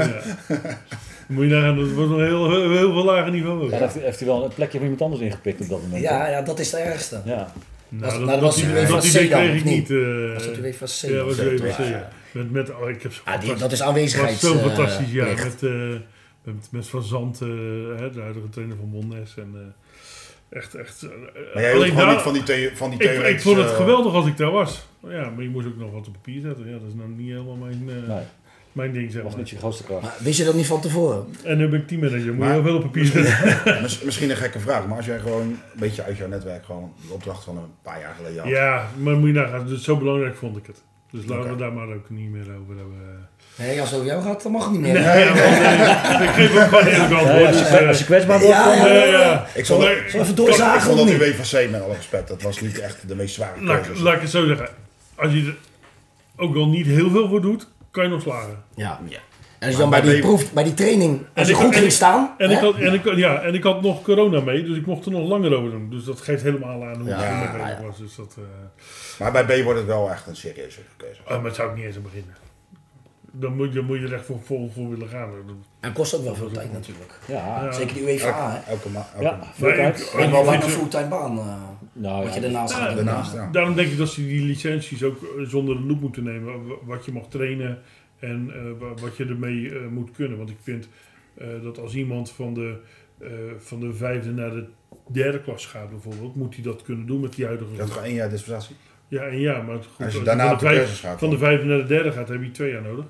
Moet je nagaan, dat wordt nog heel veel lager niveau. Ja, daar heeft hij wel een plekje van iemand anders ingepikt op dat moment. Ja, dat is het ergste. Ja. Nou, dat was die UEFA dat C idee dan, kreeg of ik niet? niet. Was dat UEFA C? Ja, was UEFA C. Ja. Ik heb zo Dat is was aanwezigheids. zo fantastisch, ja. plicht. Met Van Zandt, de huidige trainer van Monnes. En echt. Maar jij hield gewoon niet van die theoretische... Ik vond het geweldig als ik daar was. Ja, maar je moest ook nog wat op papier zetten. Ja, dat is nou niet helemaal mijn ding, zeg Dat was maar. niet je grootste kracht. Maar wist je dat niet van tevoren? En nu ben ik teammanager. Moet je Maar- heel veel op papier zetten. Misschien een gekke vraag, maar als jij gewoon een beetje uit jouw netwerk gewoon de opdracht van een paar jaar geleden had. Ja, maar moet je nagaan. Dus zo belangrijk vond ik het. Dus laten Oké. we daar maar ook niet meer over hebben. Nee, als het over jou gaat, dan mag het niet meer. Ik geef ook gewoon eerlijk antwoord. Dus, Als je kwetsbaar wordt, Ja, dan... ja. ja. Ik zal Zullen we even ik doorzagen vond of dat niet? UEFA C met alle respect, dat was niet echt de meest zware keuze. Laat ik het zo zeggen. Als je er ook al niet heel veel voor doet, kan je nog slagen. Ja. En als je dan bij Maar die bij- bij die training, als je ik- goed en ging ik- staan. En hè? ik had nog corona mee, dus ik mocht er nog langer over doen. Dus dat geeft helemaal aan hoe Ja, ik ja, mee bezig ja. was. Dus dat, Maar bij B wordt het wel echt een serieuze keuze. maar daar zou ik niet eens aan beginnen. Dan moet je er echt voor willen gaan. En kost ook wel veel tijd natuurlijk. Ja, Zeker die UEFA, hè? Elke ja, Maar veel tijd. ik- En wel vind lang een je- fulltime baan. Nou Wat je ja, daarnaast gaat doen. daarnaast, ja. Daarom denk ik dat ze die licenties ook zonder de loep moeten nemen. Wat je mag trainen en wat je ermee moet kunnen. Want ik vind dat als iemand van de 5e naar de 3e klas gaat bijvoorbeeld, moet hij dat kunnen doen met die huidige... Je had gewoon 1 jaar dispensatie. Ja, en ja, maar goed, Als je als daarna van op de de cursus gaat. van de 5e naar de 3e gaat, heb je 2 jaar nodig.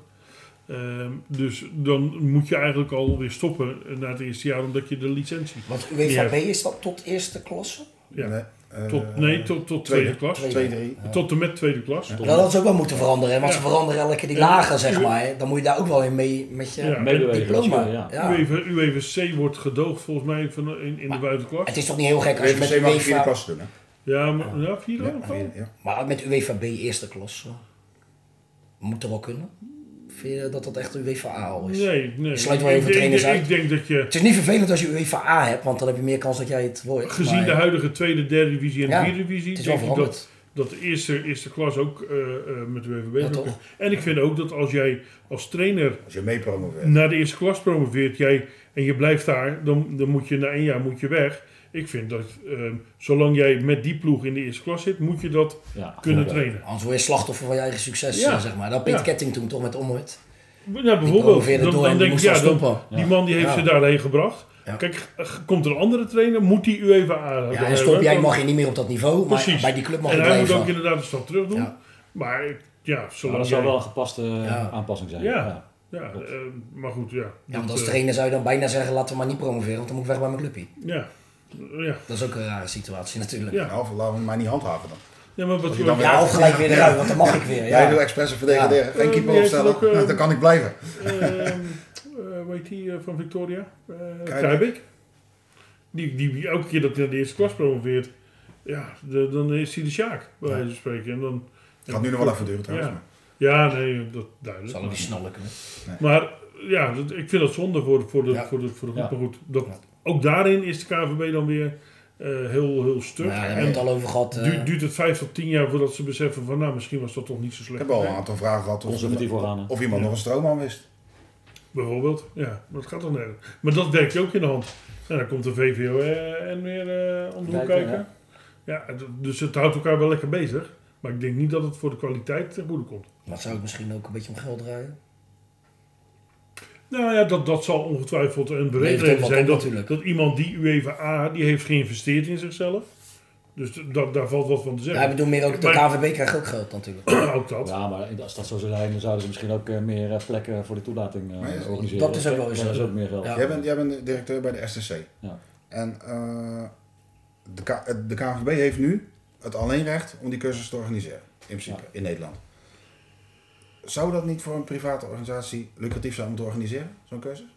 Dus dan moet je eigenlijk alweer stoppen na het eerste jaar, omdat je de licentie... Want UEFA Ja. B is dat tot eerste klasse? Ja. Nee, Tot tweede klas. tweede. 2, 3. Tot en met tweede klas. Ja, dat is ook wel moeten veranderen. Hè? Want Ja. ze veranderen elke keer die Ja. lagen, zeg maar. Hè. Dan moet je daar ook wel in mee met je Ja. meebewegen. diploma. Ja. Ja. UEFA C wordt gedoogd volgens mij in de buitenklas. Het is toch niet heel gek als je met WVC mag je 4e UEFA... klasse doen, hè? Ja, maar, ja, 4 Ja, ook wel. ja. Maar met UEFA B eerste klasse... Moet er wel kunnen? Vind je dat dat echt UEFA A al is? Nee. Je sluit wel heel veel trainers uit. Ik denk dat je, Het is niet vervelend als je UEFA A hebt, want dan heb je meer kans dat jij het wordt. gezien Maar de huidige tweede, derde divisie en Ja, vierde divisie, het is wel denk ik veranderd. dat de eerste klas ook met de WVB Ja, zou toch? kunnen. En ik vind ook dat als jij als trainer Als je mee promoveert. naar de eerste klas promoveert en je blijft daar, dan moet je na 1 jaar moet je weg. Ik vind dat zolang jij met die ploeg in de eerste klas zit, moet je dat Ja, kunnen ja. trainen. Anders word je slachtoffer van je eigen succes, Ja. zeg maar. Dat Peter Ja. Ketting toen toch met Omhoort. Ja, Die bijvoorbeeld. promoveerde Dan, door dan en denk die ik, moest ja, dan dan, stoppen. die man die heeft Ja. ze daarheen gebracht. Ja. Kijk, komt er een andere trainer, moet die UEFA A Ja, en stop jij, mag je niet meer op dat niveau, maar Precies. bij die club mag En je hij moet blijven. ook inderdaad een stap terug doen. Ja. Maar ja, Maar zolang dat zou jij- wel een gepaste Ja. aanpassing zijn. Ja. Ja, maar goed, ja. Ja, want Dat, als trainer zou je dan bijna zeggen, laten we maar niet promoveren, want dan moet ik weg bij mijn clubje. Ja. Ja. Dat is ook een rare situatie natuurlijk. Ja. Nou, of laten we hem maar niet handhaven dan. Ja, maar wat Als je dan Ja, of gelijk weer eruit, want dan mag ik weer. Jij Ja. doet expres een verdediger, geen keeper wie heeft opstellen, het ook, dan kan ik blijven. hoe heet die van Victoria? Kruijbeek. Kruijbeek. Die elke keer dat hij naar de eerste klas promoveert, ja, dan is hij de Sjaak, bij wijze van spreken. En dan, Het gaat nu nog wel even duren trouwens. Ja. Ja, nee, dat duidelijk. Zal ook niet sneller kunnen. Maar ja, ik vind dat zonde voor de Ja. groep. Ja. Maar goed, ook daarin is de KNVB dan weer heel stuk. Ja, daar hebben we het al over gehad. Duurt het 5 tot 10 jaar voordat ze beseffen van nou, misschien was dat toch niet zo Ik slecht. heb al een Nee, aantal vragen gehad Conservatief organen. of iemand nog een stroomman wist. bijvoorbeeld, ja, maar dat gaat toch nergens. Maar dat werkt je ook in de hand. En dan komt de VVO en weer om de hoek Kijken, kijken. Ja, dus het houdt elkaar wel lekker bezig. Maar ik denk niet dat het voor de kwaliteit ten goede komt. Maar zou het misschien ook een beetje om geld draaien? Nou ja, dat zal ongetwijfeld een Levert ook beredenheid wat zijn. op Dat natuurlijk. iemand die UEFA A, die heeft geïnvesteerd in zichzelf. Dus daar valt wat van te Ja, zeggen. ik bedoel meer ook, de Maar- KNVB krijgt ook geld natuurlijk. Ook dat. Ja, maar als dat zo zou zijn, dan zouden ze misschien ook meer plekken voor de toelating Maar ja, organiseren. dat is ook wel eens Dat is zo. ook meer geld. Ja. Jij bent de directeur bij de STC. Ja. En de KNVB heeft nu het alleenrecht om die cursus te organiseren. In principe, in Nederland. Zou dat niet voor een private organisatie lucratief zijn om te organiseren, zo'n cursus?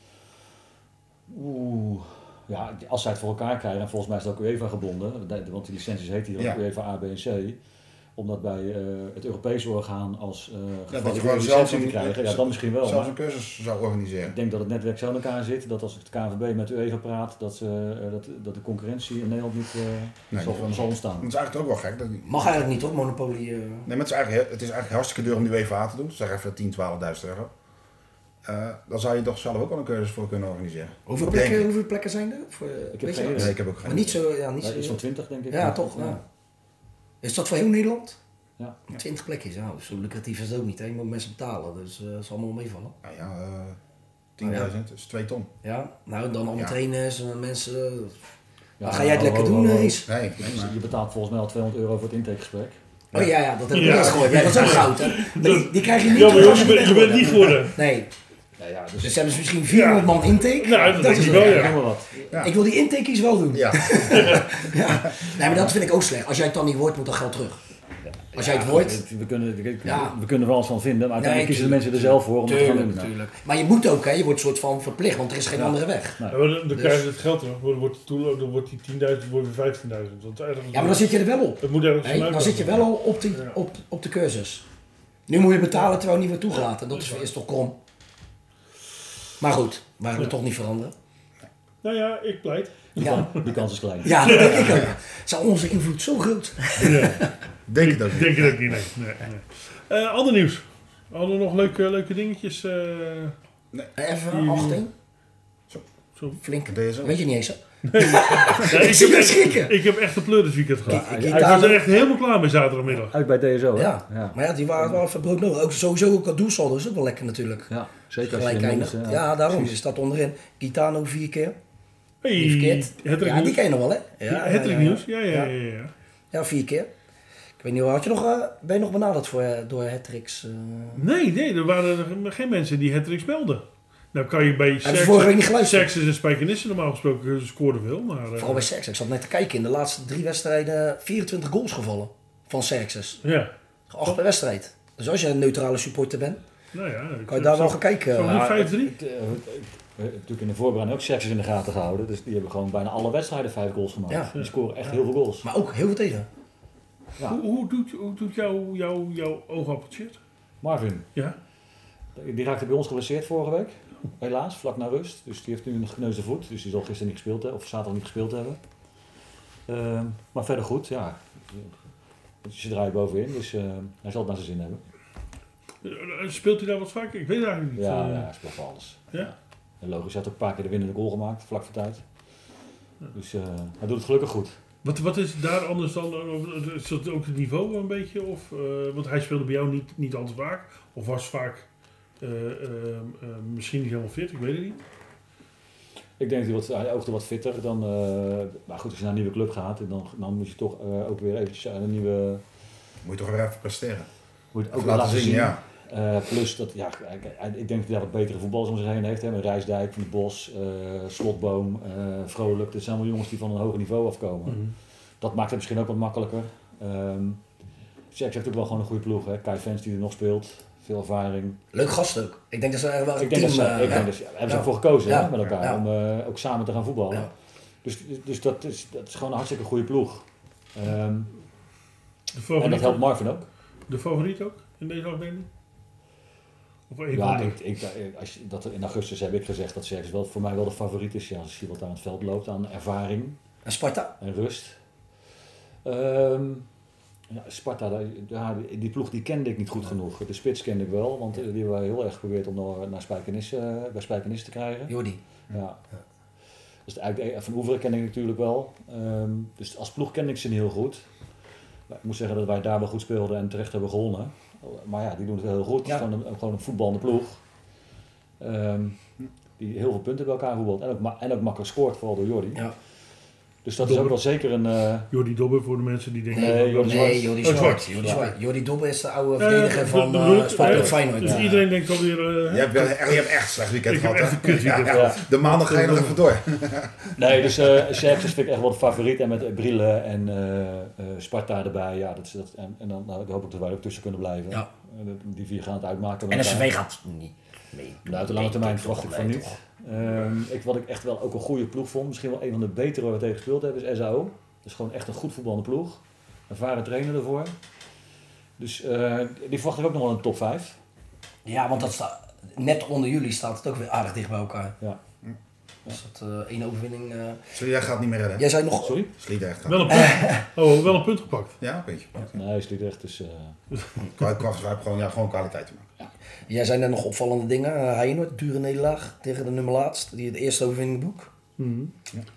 Oeh, ja, als zij het voor elkaar krijgen, en volgens mij is het ook UEFA gebonden, want die licenties heet hier Ja. ook UEFA A, B en C. Omdat bij het Europese orgaan als dat je geval gewoon licentie zelf te een, krijgen, ja, dan misschien wel. zelfs Maar een cursus zou organiseren. ik denk dat het netwerk zo in elkaar zit, dat als het KNVB met UEFA praat, dat de concurrentie in Nederland niet zal ontstaan. Het is eigenlijk ook wel gek. Dat, Mag eigenlijk niet, toch? Monopolie. nee, maar het is eigenlijk hartstikke duur om die UEFA te doen. Zeg even 10.000, 12.000 euro. Dan zou je toch zelf ook al een cursus voor kunnen organiseren. Hoeveel Denk ik. plekken zijn er? Voor, Ik heb weet je geen dat? idee. Nee, ik heb ook geen Maar niet zo, ja, niet Ja, zo. iets van 20 denk ik. Ja, toch? Ja. Is dat voor heel Nederland? Ja. 20 plekjes, nou, zo lucratief is het ook niet. Hè? Je moet mensen betalen, dus dat zal allemaal meevallen. Nou ja, 10.000, dus 2 ton. Ja, nou dan allemaal Ja. trainers en mensen. Ja, Ga jij het lekker doen, Rees? Nee, maar... Je betaalt volgens mij al €200 voor het intakegesprek. Oh ja, dat heb ik Ja. ook gehoord. Ja, dat is ook goud, hè? Maar die krijg je niet. Jammer, als je bent niet geworden. Nee, Ja, dus hebben ze misschien 400 man intake. Nou, dat denk is ik het. wel, Noem ja. maar wat. Ja. Ik wil die intake's wel doen. Ja. Ja. Nee, maar dat vind ik ook slecht. Als jij het dan niet wordt, moet dat geld terug. Als jij het Ja, wordt. goed, Ja. we kunnen er alles van vinden, maar uiteindelijk kiezen de tuurlijk. mensen er zelf voor om het te gaan doen. Tuurlijk. Maar je moet ook, hè? Je wordt een soort van verplicht, want er is geen andere weg. Ja, maar dan krijg je het geld terug. Dan wordt die 10.000 wordt weer 15.000. Want ergens Ja, maar dan zit je er wel op. het moet ergens Hè? vanuit Dan zit je komen. wel al op de cursus. Nu moet je betalen terwijl je niet wordt toegelaten. Dat is toch krom. Maar goed, waarom we toch niet veranderen? Nou ja, ik pleit. Ja, Die kans is klein. ja dat denk ik ook. Zou onze invloed zo groot? Denk het ook niet. Denk het ook niet, nee. Ander nieuws. Hadden we nog leuke dingetjes? Even 18. Zo. Flink. Deed je zo? Weet je niet eens, hè? Nee, zie je schrikken. ik heb echt een pleurisweekend gehad. Ik Ik was er echt helemaal klaar mee zaterdagmiddag. Uit bij DSO, hè? Ja. Maar ja, die waren wel even broodnodig. Ook sowieso ook dat doelsaldo is ook wel lekker natuurlijk. Ja, zeker als je in Gelijkeindig. Nederland, Ja, daarom. Je staat onderin. Gitano 4 keer. Hey, Niet verkeerd. Hattrick Ja, die nieuws. ken je nog wel, hè? Hattrick nieuws. Ja. Ja, 4 keer. Ik weet niet, had je nog, ben je nog benaderd door hattricks? Nee, er waren geen mensen die hattricks melden. Nou kan je bij Hebben ze vorige week niet geluisterd? Sexers en Spijkenissen normaal gesproken scoren veel. Maar, Vooral bij Xerxes. Ik zat net te kijken. In de laatste 3 wedstrijden 24 goals gevallen van Xerxes. Ja, 8 per wedstrijd. Dus als je een neutrale supporter bent, nou ja. kan je daar wel gaan kijken. Zo Ja, niet 5-3? natuurlijk in de voorbereiding ook Xerxes in de gaten gehouden. Dus die hebben gewoon bijna alle wedstrijden 5 goals gemaakt. Ja. Die scoren echt heel veel goals. maar ook heel veel tegen. Ja. Hoe doet jouw oogappeltje het? Marvin, Ja? die raakte bij ons geblesseerd vorige week. Helaas, vlak na rust. Dus die heeft nu een gekneusde voet. Dus die zal gisteren niet gespeeld hebben, of zaterdag niet gespeeld hebben. Maar verder goed, ja. Ze draaien bovenin, dus hij zal het naar zijn zin hebben. Speelt hij daar wat vaker? Ik weet het eigenlijk niet. Ja, hij speelt voor alles. Ja? En logisch, hij had ook een paar keer de winnende goal gemaakt, vlak voor tijd. Dus hij doet het gelukkig goed. Wat is daar anders dan? Is dat ook het niveau een beetje? Of, want hij speelde bij jou niet al te vaak. Of was vaak misschien niet helemaal fit, ik weet het niet. Ik denk dat hij oogde wat fitter dan. Maar goed, als je naar een nieuwe club gaat, dan moet je toch ook weer eventjes aan een nieuwe. Moet je toch weer even presteren. Moet je het ook Even laten zien, ja. Plus dat, ja, ik denk dat hij daar wat betere voetballers om zich heen heeft. Hè, met Rijsdijk, Van de Bos, Slotboom, Vrolijk. Dat zijn allemaal jongens die van een hoger niveau afkomen. Mhm. Dat maakt het misschien ook wat makkelijker. Jack heeft ook wel gewoon een goede ploeg. Hè. Kai Vens die er nog speelt, veel ervaring. Leuk gast ook. Ik denk dat ze er wel een Ik denk team... dat ze, ik ja. denk dat ze, daar hebben ze Ja. ook voor gekozen Ja. hè, met elkaar Ja. om ook samen te gaan voetballen. Ja. Dus dat is gewoon een hartstikke goede ploeg. De En favoriet, dat helpt Marvin ook. de favoriet ook in deze afdeling? Of een Ja, van de... in augustus heb ik gezegd dat Xerxes wel voor mij wel de favoriet is. Ja, als je wat aan het veld loopt, aan ervaring En Sparta? en rust. Ja, Sparta, die ploeg die kende ik niet goed genoeg. De spits kende ik wel, want die hebben wij heel erg geprobeerd om naar bij Spijkenisse te krijgen. Jordi. Ja. Dus eigenlijk Van Oeveren ken ik natuurlijk wel. Dus als ploeg ken ik ze niet heel goed. Maar ik moet zeggen dat wij daar wel goed speelden en terecht hebben gewonnen. Maar ja, die doen het wel heel goed. Ja. Het is gewoon een voetballende ploeg. Die heel veel punten bij elkaar voetbalt. En ook makkelijk scoort, vooral door Jordi. Ja. Dus dat is ook wel zeker een... Jordi Dobbe voor de mensen die denken... Nee, Jordi Zwart. Nee, Jordi Oh, Zwart. Zwart. Jordi Zwart. Jordi Dobbe is de oude verdediger dat van bedoel ik. Sparta Ja. Feyenoord. Dus Ja. iedereen denkt alweer... Je hebt echt een slecht weekend Ik heb gehad, echt hè? een kutweekend Ja. gehad. De maandag ga je nog even door. Nee, dus Xerxes vind ik echt wel de favoriet. En met Brille en Sparta erbij. Ja, en dan hoop ik dat wij ook tussen kunnen blijven. Ja. Die 4 gaan het uitmaken. En met SCW elkaar. gaat niet mee. Nou, op de lange termijn Nee, verwacht ik toch, van nee, niet. toch. Wat ik echt wel ook een goede ploeg vond, misschien wel een van de betere waar we tegen gespeeld hebben, is SAO. Dat is gewoon echt een goed voetballende ploeg. Ervaren trainer ervoor. Dus die verwacht ik ook nog wel in de top 5. Ja, want dat staat, net onder jullie staat het ook weer aardig dicht bij elkaar. Ja. Dus dat één overwinning. Sliedrecht gaat niet meer redden. Jij zei nog... Sorry? Sliedrecht gaat. Wel een punt. Wel een punt gepakt. Ja, een beetje. Nee, Sliedrecht is... Qua geschrijf gewoon kwaliteit te maken. Jij zei net nog opvallende dingen. Heijenoord, dure nederlaag tegen de nummer laatst. Die het eerste overwinning boek.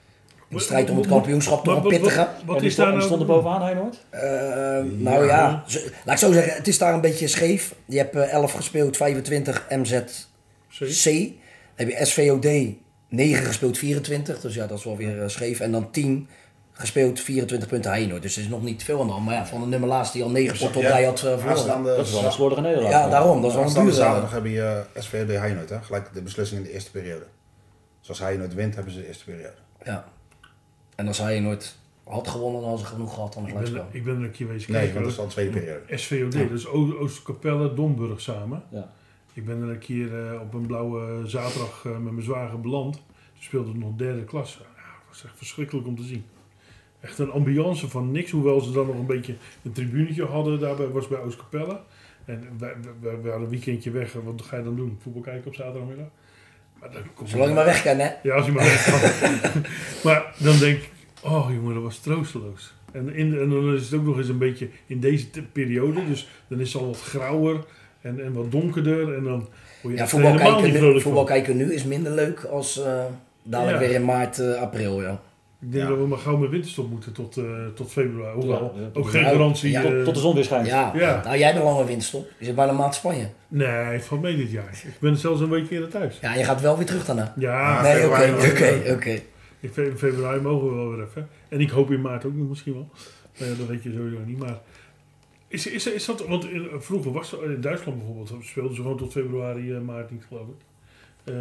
De strijd om het kampioenschap toch een pittige. Wat die is daar nou? stond er bovenaan, Heinoord? Nou ja, laat ik zo zeggen, het is daar een beetje scheef. Je hebt 11 gespeeld, 25 MZC. Dan heb je SVOD 9 gespeeld, 24. Dus ja, dat is wel weer scheef. En dan 10 gespeeld, 24 punten Heinoord. Dus er is nog niet veel aan de hand. Maar ja, van de nummer laatst die al 9 potten op rij had verloren. Dat is wel een slordige nederlaag. Ja, daarom. Dat is wel een Aanstaande dure. zaterdag heb je SVD Heinoord, hè? Gelijk de beslissing in de eerste periode. Dus als Heinoord wint, hebben ze de eerste periode. Ja. En als Heinoord had gewonnen, dan hadden ze genoeg gehad aan het gelijkspel. Ik ben er een keer wezen Nee, kijken. want dat is al de tweede periode. SVOD, dus Oosterkapelle, Domburg samen. Ja. Ik ben er een keer op een blauwe zaterdag met mijn zwager beland. Toen speelde het nog derde klasse. Ja, dat was echt verschrikkelijk om te zien. Echt een ambiance van niks. Hoewel ze dan nog een beetje een tribunetje hadden. Daarbij was bij Oosterkapelle. En we hadden een weekendje weg. Wat ga je dan doen? Voetbal kijken op zaterdagmiddag? Maar dan komt Zolang je maar weg kan, hè? Ja, als je maar weg kan. Maar dan denk ik, oh jongen, dat was troosteloos. En dan is het ook nog eens een beetje in deze periode. Dus dan is het al wat grauwer en wat donkerder. En dan word je Ja, echt helemaal niet vrolijk voetbal van. kijken nu is minder leuk als dadelijk weer in maart, april, ja. Ik denk dat we maar gauw met winterstop moeten tot februari. Hoewel, Ja, ook geen garantie. ja, Tot de zon weer schijnt. Ja, Ja. nou jij hebt een lange winststop. Je zit bijna een maand Spanje. Nee, het valt mee dit jaar. Ik ben zelfs een week eerder thuis. Ja, je gaat wel weer terug daarna. Ja, Nee, februari. oké. in februari mogen we wel weer even. En ik hoop in maart ook nog misschien wel. Dat weet je sowieso niet. Maar is dat... Want vroeger was het in Duitsland bijvoorbeeld. Speelden ze gewoon tot februari, maart niet geloof ik.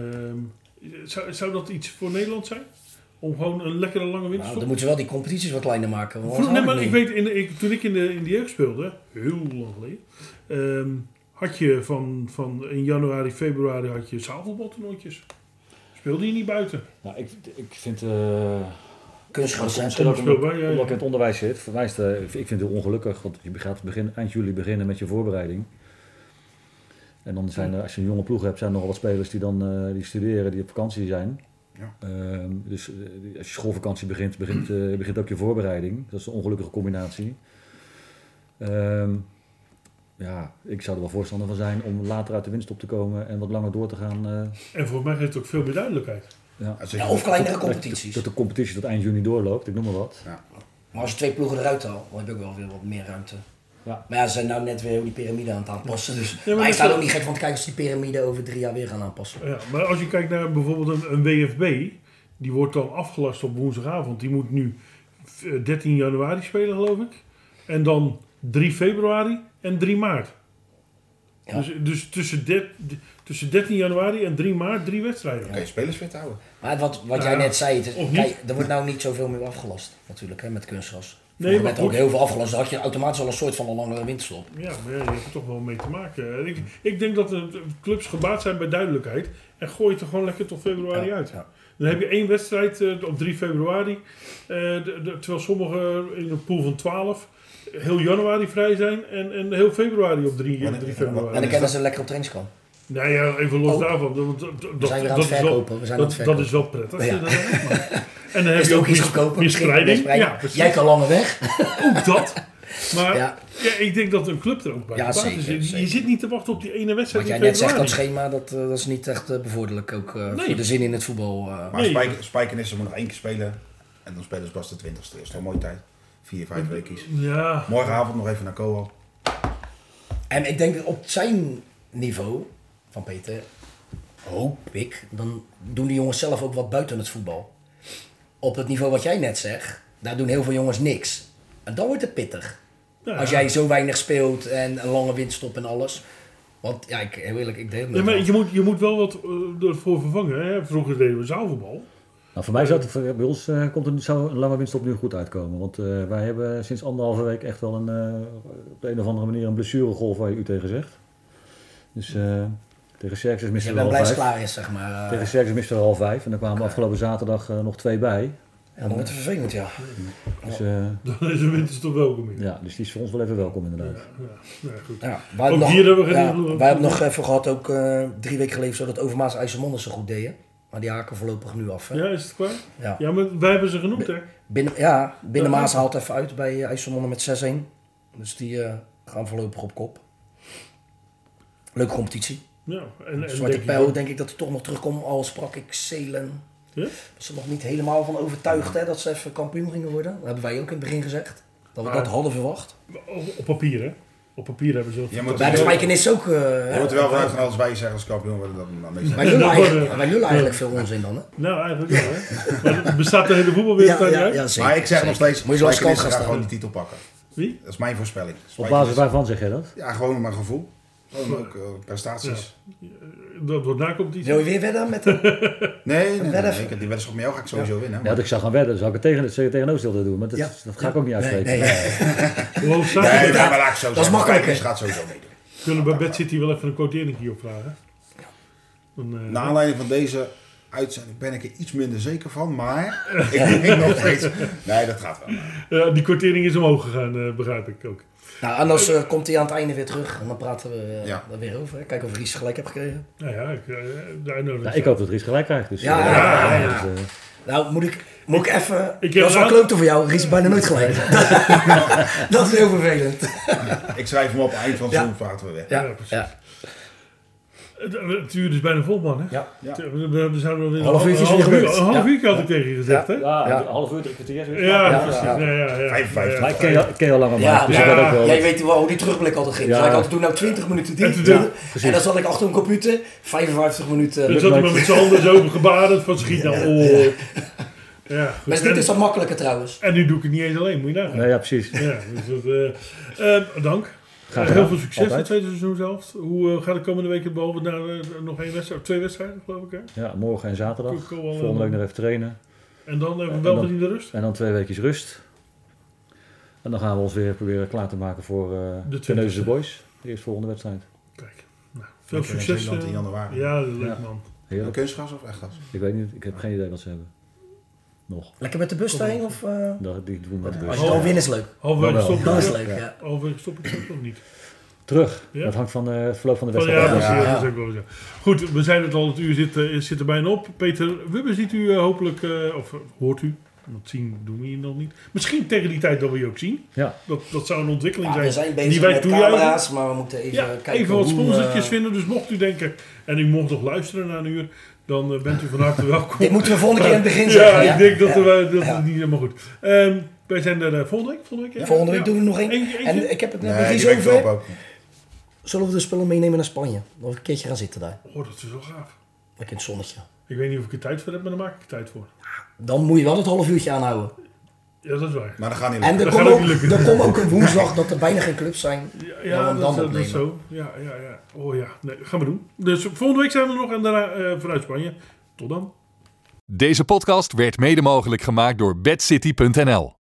Zou dat iets voor Nederland zijn? Om gewoon een lekkere lange Nou, winterstop? dan moeten ze wel die competities wat kleiner maken. want Nee, anders maar houdt ik het niet. weet, toen ik in de jeugd speelde, heel lang geleden, had je van in januari, februari had je zaalvoetbaltoernooitjes. Speelde je niet buiten? Nou, ik vind... Kunstgras, hè? Misschien ook Speelbaar, omdat ja. ik in het onderwijs zit. Voor mij is ik vind het heel ongelukkig, want je gaat eind juli beginnen met je voorbereiding. En dan zijn er, als je een jonge ploeg hebt, zijn er nogal wat spelers die dan die studeren, die op vakantie zijn. Ja. Dus als je schoolvakantie begint ook je voorbereiding. Dat is een ongelukkige combinatie. Ja, ik zou er wel voorstander van zijn om later uit de winststop te komen en wat langer door te gaan. En volgens mij geeft het ook veel meer duidelijkheid. Ja, of kleinere competities. Dat de competitie tot eind juni doorloopt, ik noem maar wat. Maar als je 2 ploegen eruit haalt, dan heb je ook wel weer wat meer ruimte. Ja. Maar ja, ze zijn nou net weer die piramide aan het aanpassen. Dus maar maar ik sta dat- er ook niet gek van te kijken als die piramide over 3 jaar weer gaan aanpassen. Ja, maar als je kijkt naar bijvoorbeeld een WFB, die wordt dan afgelast op woensdagavond. Die moet nu 13 januari spelen, geloof ik. En dan 3 februari en 3 maart. Ja. Dus tussen 13 januari en 3 maart 3 wedstrijden. Dan kan je spelers fit houden. Maar wat Nou jij ja, net zei, het is- of kijk, niet. er wordt nou niet zoveel meer afgelast natuurlijk hè, met kunstgras. Nee, Nee, maar werd er ook goed. heel veel afgelast. Dan had je automatisch al een soort van een langere winterstop. Ja, maar ja, je hebt er toch wel mee te maken. Ik denk dat de clubs gebaat zijn bij duidelijkheid. En gooi het er gewoon lekker tot februari uit. Ja. Dan heb je 1 wedstrijd op 3 februari. Terwijl sommigen in een pool van 12 heel januari vrij zijn. En heel februari op 3 februari. En dan kennen ze lekker op trainingskamp. Nou ja, even los Oh. daarvan. We zijn weer aan het verkopen. We zijn aan het dat verkopen. is wel prettig. Ja. Inderdaad. Maar- En dan heb Is je het ook ook iets goedkoper? meer spreiding. Meer Ja, precies. Jij kan langer weg. Ook dat. Maar Ja. ja, ik denk dat een club er ook bij Ja, gebaat zeker, is. Je zeker. zit niet te wachten op die ene wedstrijd Wat in jij net zegt, februari. dat schema, dat is niet echt bevorderlijk ook Nee. voor de zin in het voetbal. Maar Nee. Spijkenissen moet nog 1 keer spelen. En dan spelen ze pas de 20ste. Is toch een mooie tijd. 4-5 weken. Ja, Morgenavond nog even naar Coal. En ik denk op zijn niveau van Peter, hoop ik, dan doen die jongens zelf ook wat buiten het voetbal. Op het niveau wat jij net zegt, daar doen heel veel jongens niks. En dan wordt het pittig. ja. Als jij zo weinig speelt en een lange winststop en alles. Want ja, heel eerlijk, ik deed het Nee, met maar je moet wel wat ervoor vervangen. Hè? Vroeger deden we zaalvoetbal. Nou, voor mij bij ons zou een lange winststop nu goed uitkomen. Want wij hebben sinds 1,5 week echt wel op de een of andere manier een blessuregolf waar je u tegen zegt. Dus tegen Xerxes Je misten we bent er blij al als het 5. klaar is, zeg maar. Tegen Xerxes misten we er al 5. En dan kwamen afgelopen zaterdag nog 2 bij. Ja, dan wordt het vervelend, ja. Dus, Dan is de winterstop welkom in. ja, dus die is voor ons wel even welkom inderdaad. Ja, goed. Ja, wij Ook hebben hier hebben we geen ja, invloed op. wij hebben nog even gehad, ook 3 weken geleden, zodat Overmaas en IJsselmonde zo goed deden. Maar die haken voorlopig nu af. Hè? Ja, is het klaar? Ja. Ja, maar wij hebben ze genoemd, hè? Binnen Maas haalt even uit bij IJsselmonde met 6-1. Dus die gaan voorlopig op kop. Leuke competitie. Ja, en Zwarte denk Pijl ik, denk ik dat hij toch nog terugkomt, al sprak ik Zelen. Ja? Was ze nog niet helemaal van overtuigd hè, dat ze even kampioen gingen worden. Dat hebben wij ook in het begin gezegd. Dat we dat hadden verwacht. Op papier, hè? Op papier hebben ze dat. Bij de Spijkenis ook. Je moet er wel vanuit gaan als wij zeggen als kampioen worden. Dan meestal. Wij nullen eigenlijk veel onzin dan, hè? Nou, eigenlijk wel, hè? Maar het bestaat de hele voetbalwereld uit. Ja, zeker. Maar ik zeg nog steeds, Moet je zoals kant Spijkenis gaan gaat gewoon staan. die titel pakken. Wie? Dat is mijn voorspelling. Op basis waarvan zeg jij dat? Ja, gewoon mijn gevoel. Gewoon ook prestaties. Dat wordt na competitie. Wil je weer wedden met hem? Nee. Die weddenschap met jou ga ik sowieso winnen. Ja, dat ik zou gaan wedden, zou ik het tegenovergestelde doen. Maar dat ga ik ook niet uitspreken. Hoe hoog staat Nee, het? maar laat ik zo Dat is makkelijker. gaat sowieso meedoen. Kunnen we bij Bad City wel even een quotering hier opvragen? Naar aanleiding van deze uitzending ben ik er iets minder zeker van, maar ik denk nog steeds. Nee, dat gaat wel. Die quotering is omhoog gegaan, begrijp ik ook. Nou, anders komt hij aan het einde weer terug. En dan praten we er weer over. Hè. Kijken of Ries gelijk heeft gekregen. Nou ja, Ik hoop dat Ries gelijk krijgt. Dus, Nou, moet ik even... Ik dat is wel klote voor jou. Ries is bijna nooit gelijk. Dat is heel vervelend. Ik schrijf hem op eind van het seizoen, praten we weg. Ja, precies. Het uur is bijna vol, man. Hè? Ja. We zouden wel Half uurtje is weer een gebeurd. half uurtje had ik tegen je gezegd, hè? Ja, een half uur, 3 kwartier. Ja, precies. Ja. 55. Maar ik ken je al langer Ja, maken, dus ik weet ook wel. jij weet wel hoe die terugblik altijd ging. Ja. Dus ik had toen 20 minuten die. En dan zat ik achter een computer, 55 minuten. Dan zat ik met zijn handen zo gebaard van schiet nou. Oh. Ja, goed. Maar dit is dat makkelijker trouwens. En nu doe ik het niet eens alleen, moet je nagaan. Nee, ja, precies. Ja, dus dat, dank. Heel veel succes in het tweede seizoen zelf. Hoe gaat het komende week behalve nog 1 wedstrijd, 2 wedstrijden geloof ik, hè? Ja, morgen en zaterdag. Volgende Volgende week nog even trainen. En dan hebben we wel verdiende rust. En dan 2 weekjes rust. En dan gaan we ons weer proberen klaar te maken voor de Tenneuzense Boys. De eerstvolgende wedstrijd. Kijk, nou, veel succes. In januari. Ja, dat is leuk man. Heerlijk. Kunstgras of echt gas? Ik weet niet, ik heb geen idee wat ze hebben. Nog. Lekker met de bus daarheen of... Die doen we met de Als bus. je al wint is leuk. Halverwege stop Dat is ik. leuk, ja. Halverwege stop ik ook niet. Terug. Ja? Dat hangt van het verloop van de Ja, wedstrijd. precies, dat is ook wel zo. Goed, we zijn het al, het uur zit er bijna op. Peter Wubbe ziet u hopelijk, of hoort u, want zien doen we hier nog niet. Misschien tegen die tijd dat we je ook zien. Ja. Dat zou een ontwikkeling zijn. We zijn die bezig wij met toejuichen. camera's, maar we moeten even kijken even wat hoe, sponsortjes vinden. Dus mocht u denken, en u mocht nog luisteren na een uur, dan bent u van harte welkom. Dit moeten we volgende keer in het begin zeggen. Ja, ik denk dat het niet helemaal goed. Wij zijn er volgende week. Ja? Volgende week doen we nog één. Eentje? En ik heb het net Nee, nog die eens week erop over. ook. Zullen we de spullen meenemen naar Spanje? Dat we een keertje gaan zitten daar. Oh, dat is wel gaaf. Lekker in het zonnetje. Ik weet niet of ik er tijd voor heb, maar dan maak ik er tijd voor. Dan moet je wel het half uurtje aanhouden. Ja, dat is waar. Maar dan gaan niet En lukken. er Dat gaat ook niet lukken. komt ook een woensdag dat er bijna geen clubs zijn. Ja, Dan dat opnemen. is zo. Ja. Oh ja, nee, gaan we doen. Dus volgende week zijn we er nog en daarna vanuit Spanje. Tot dan. Deze podcast werd mede mogelijk gemaakt door bedcity.nl.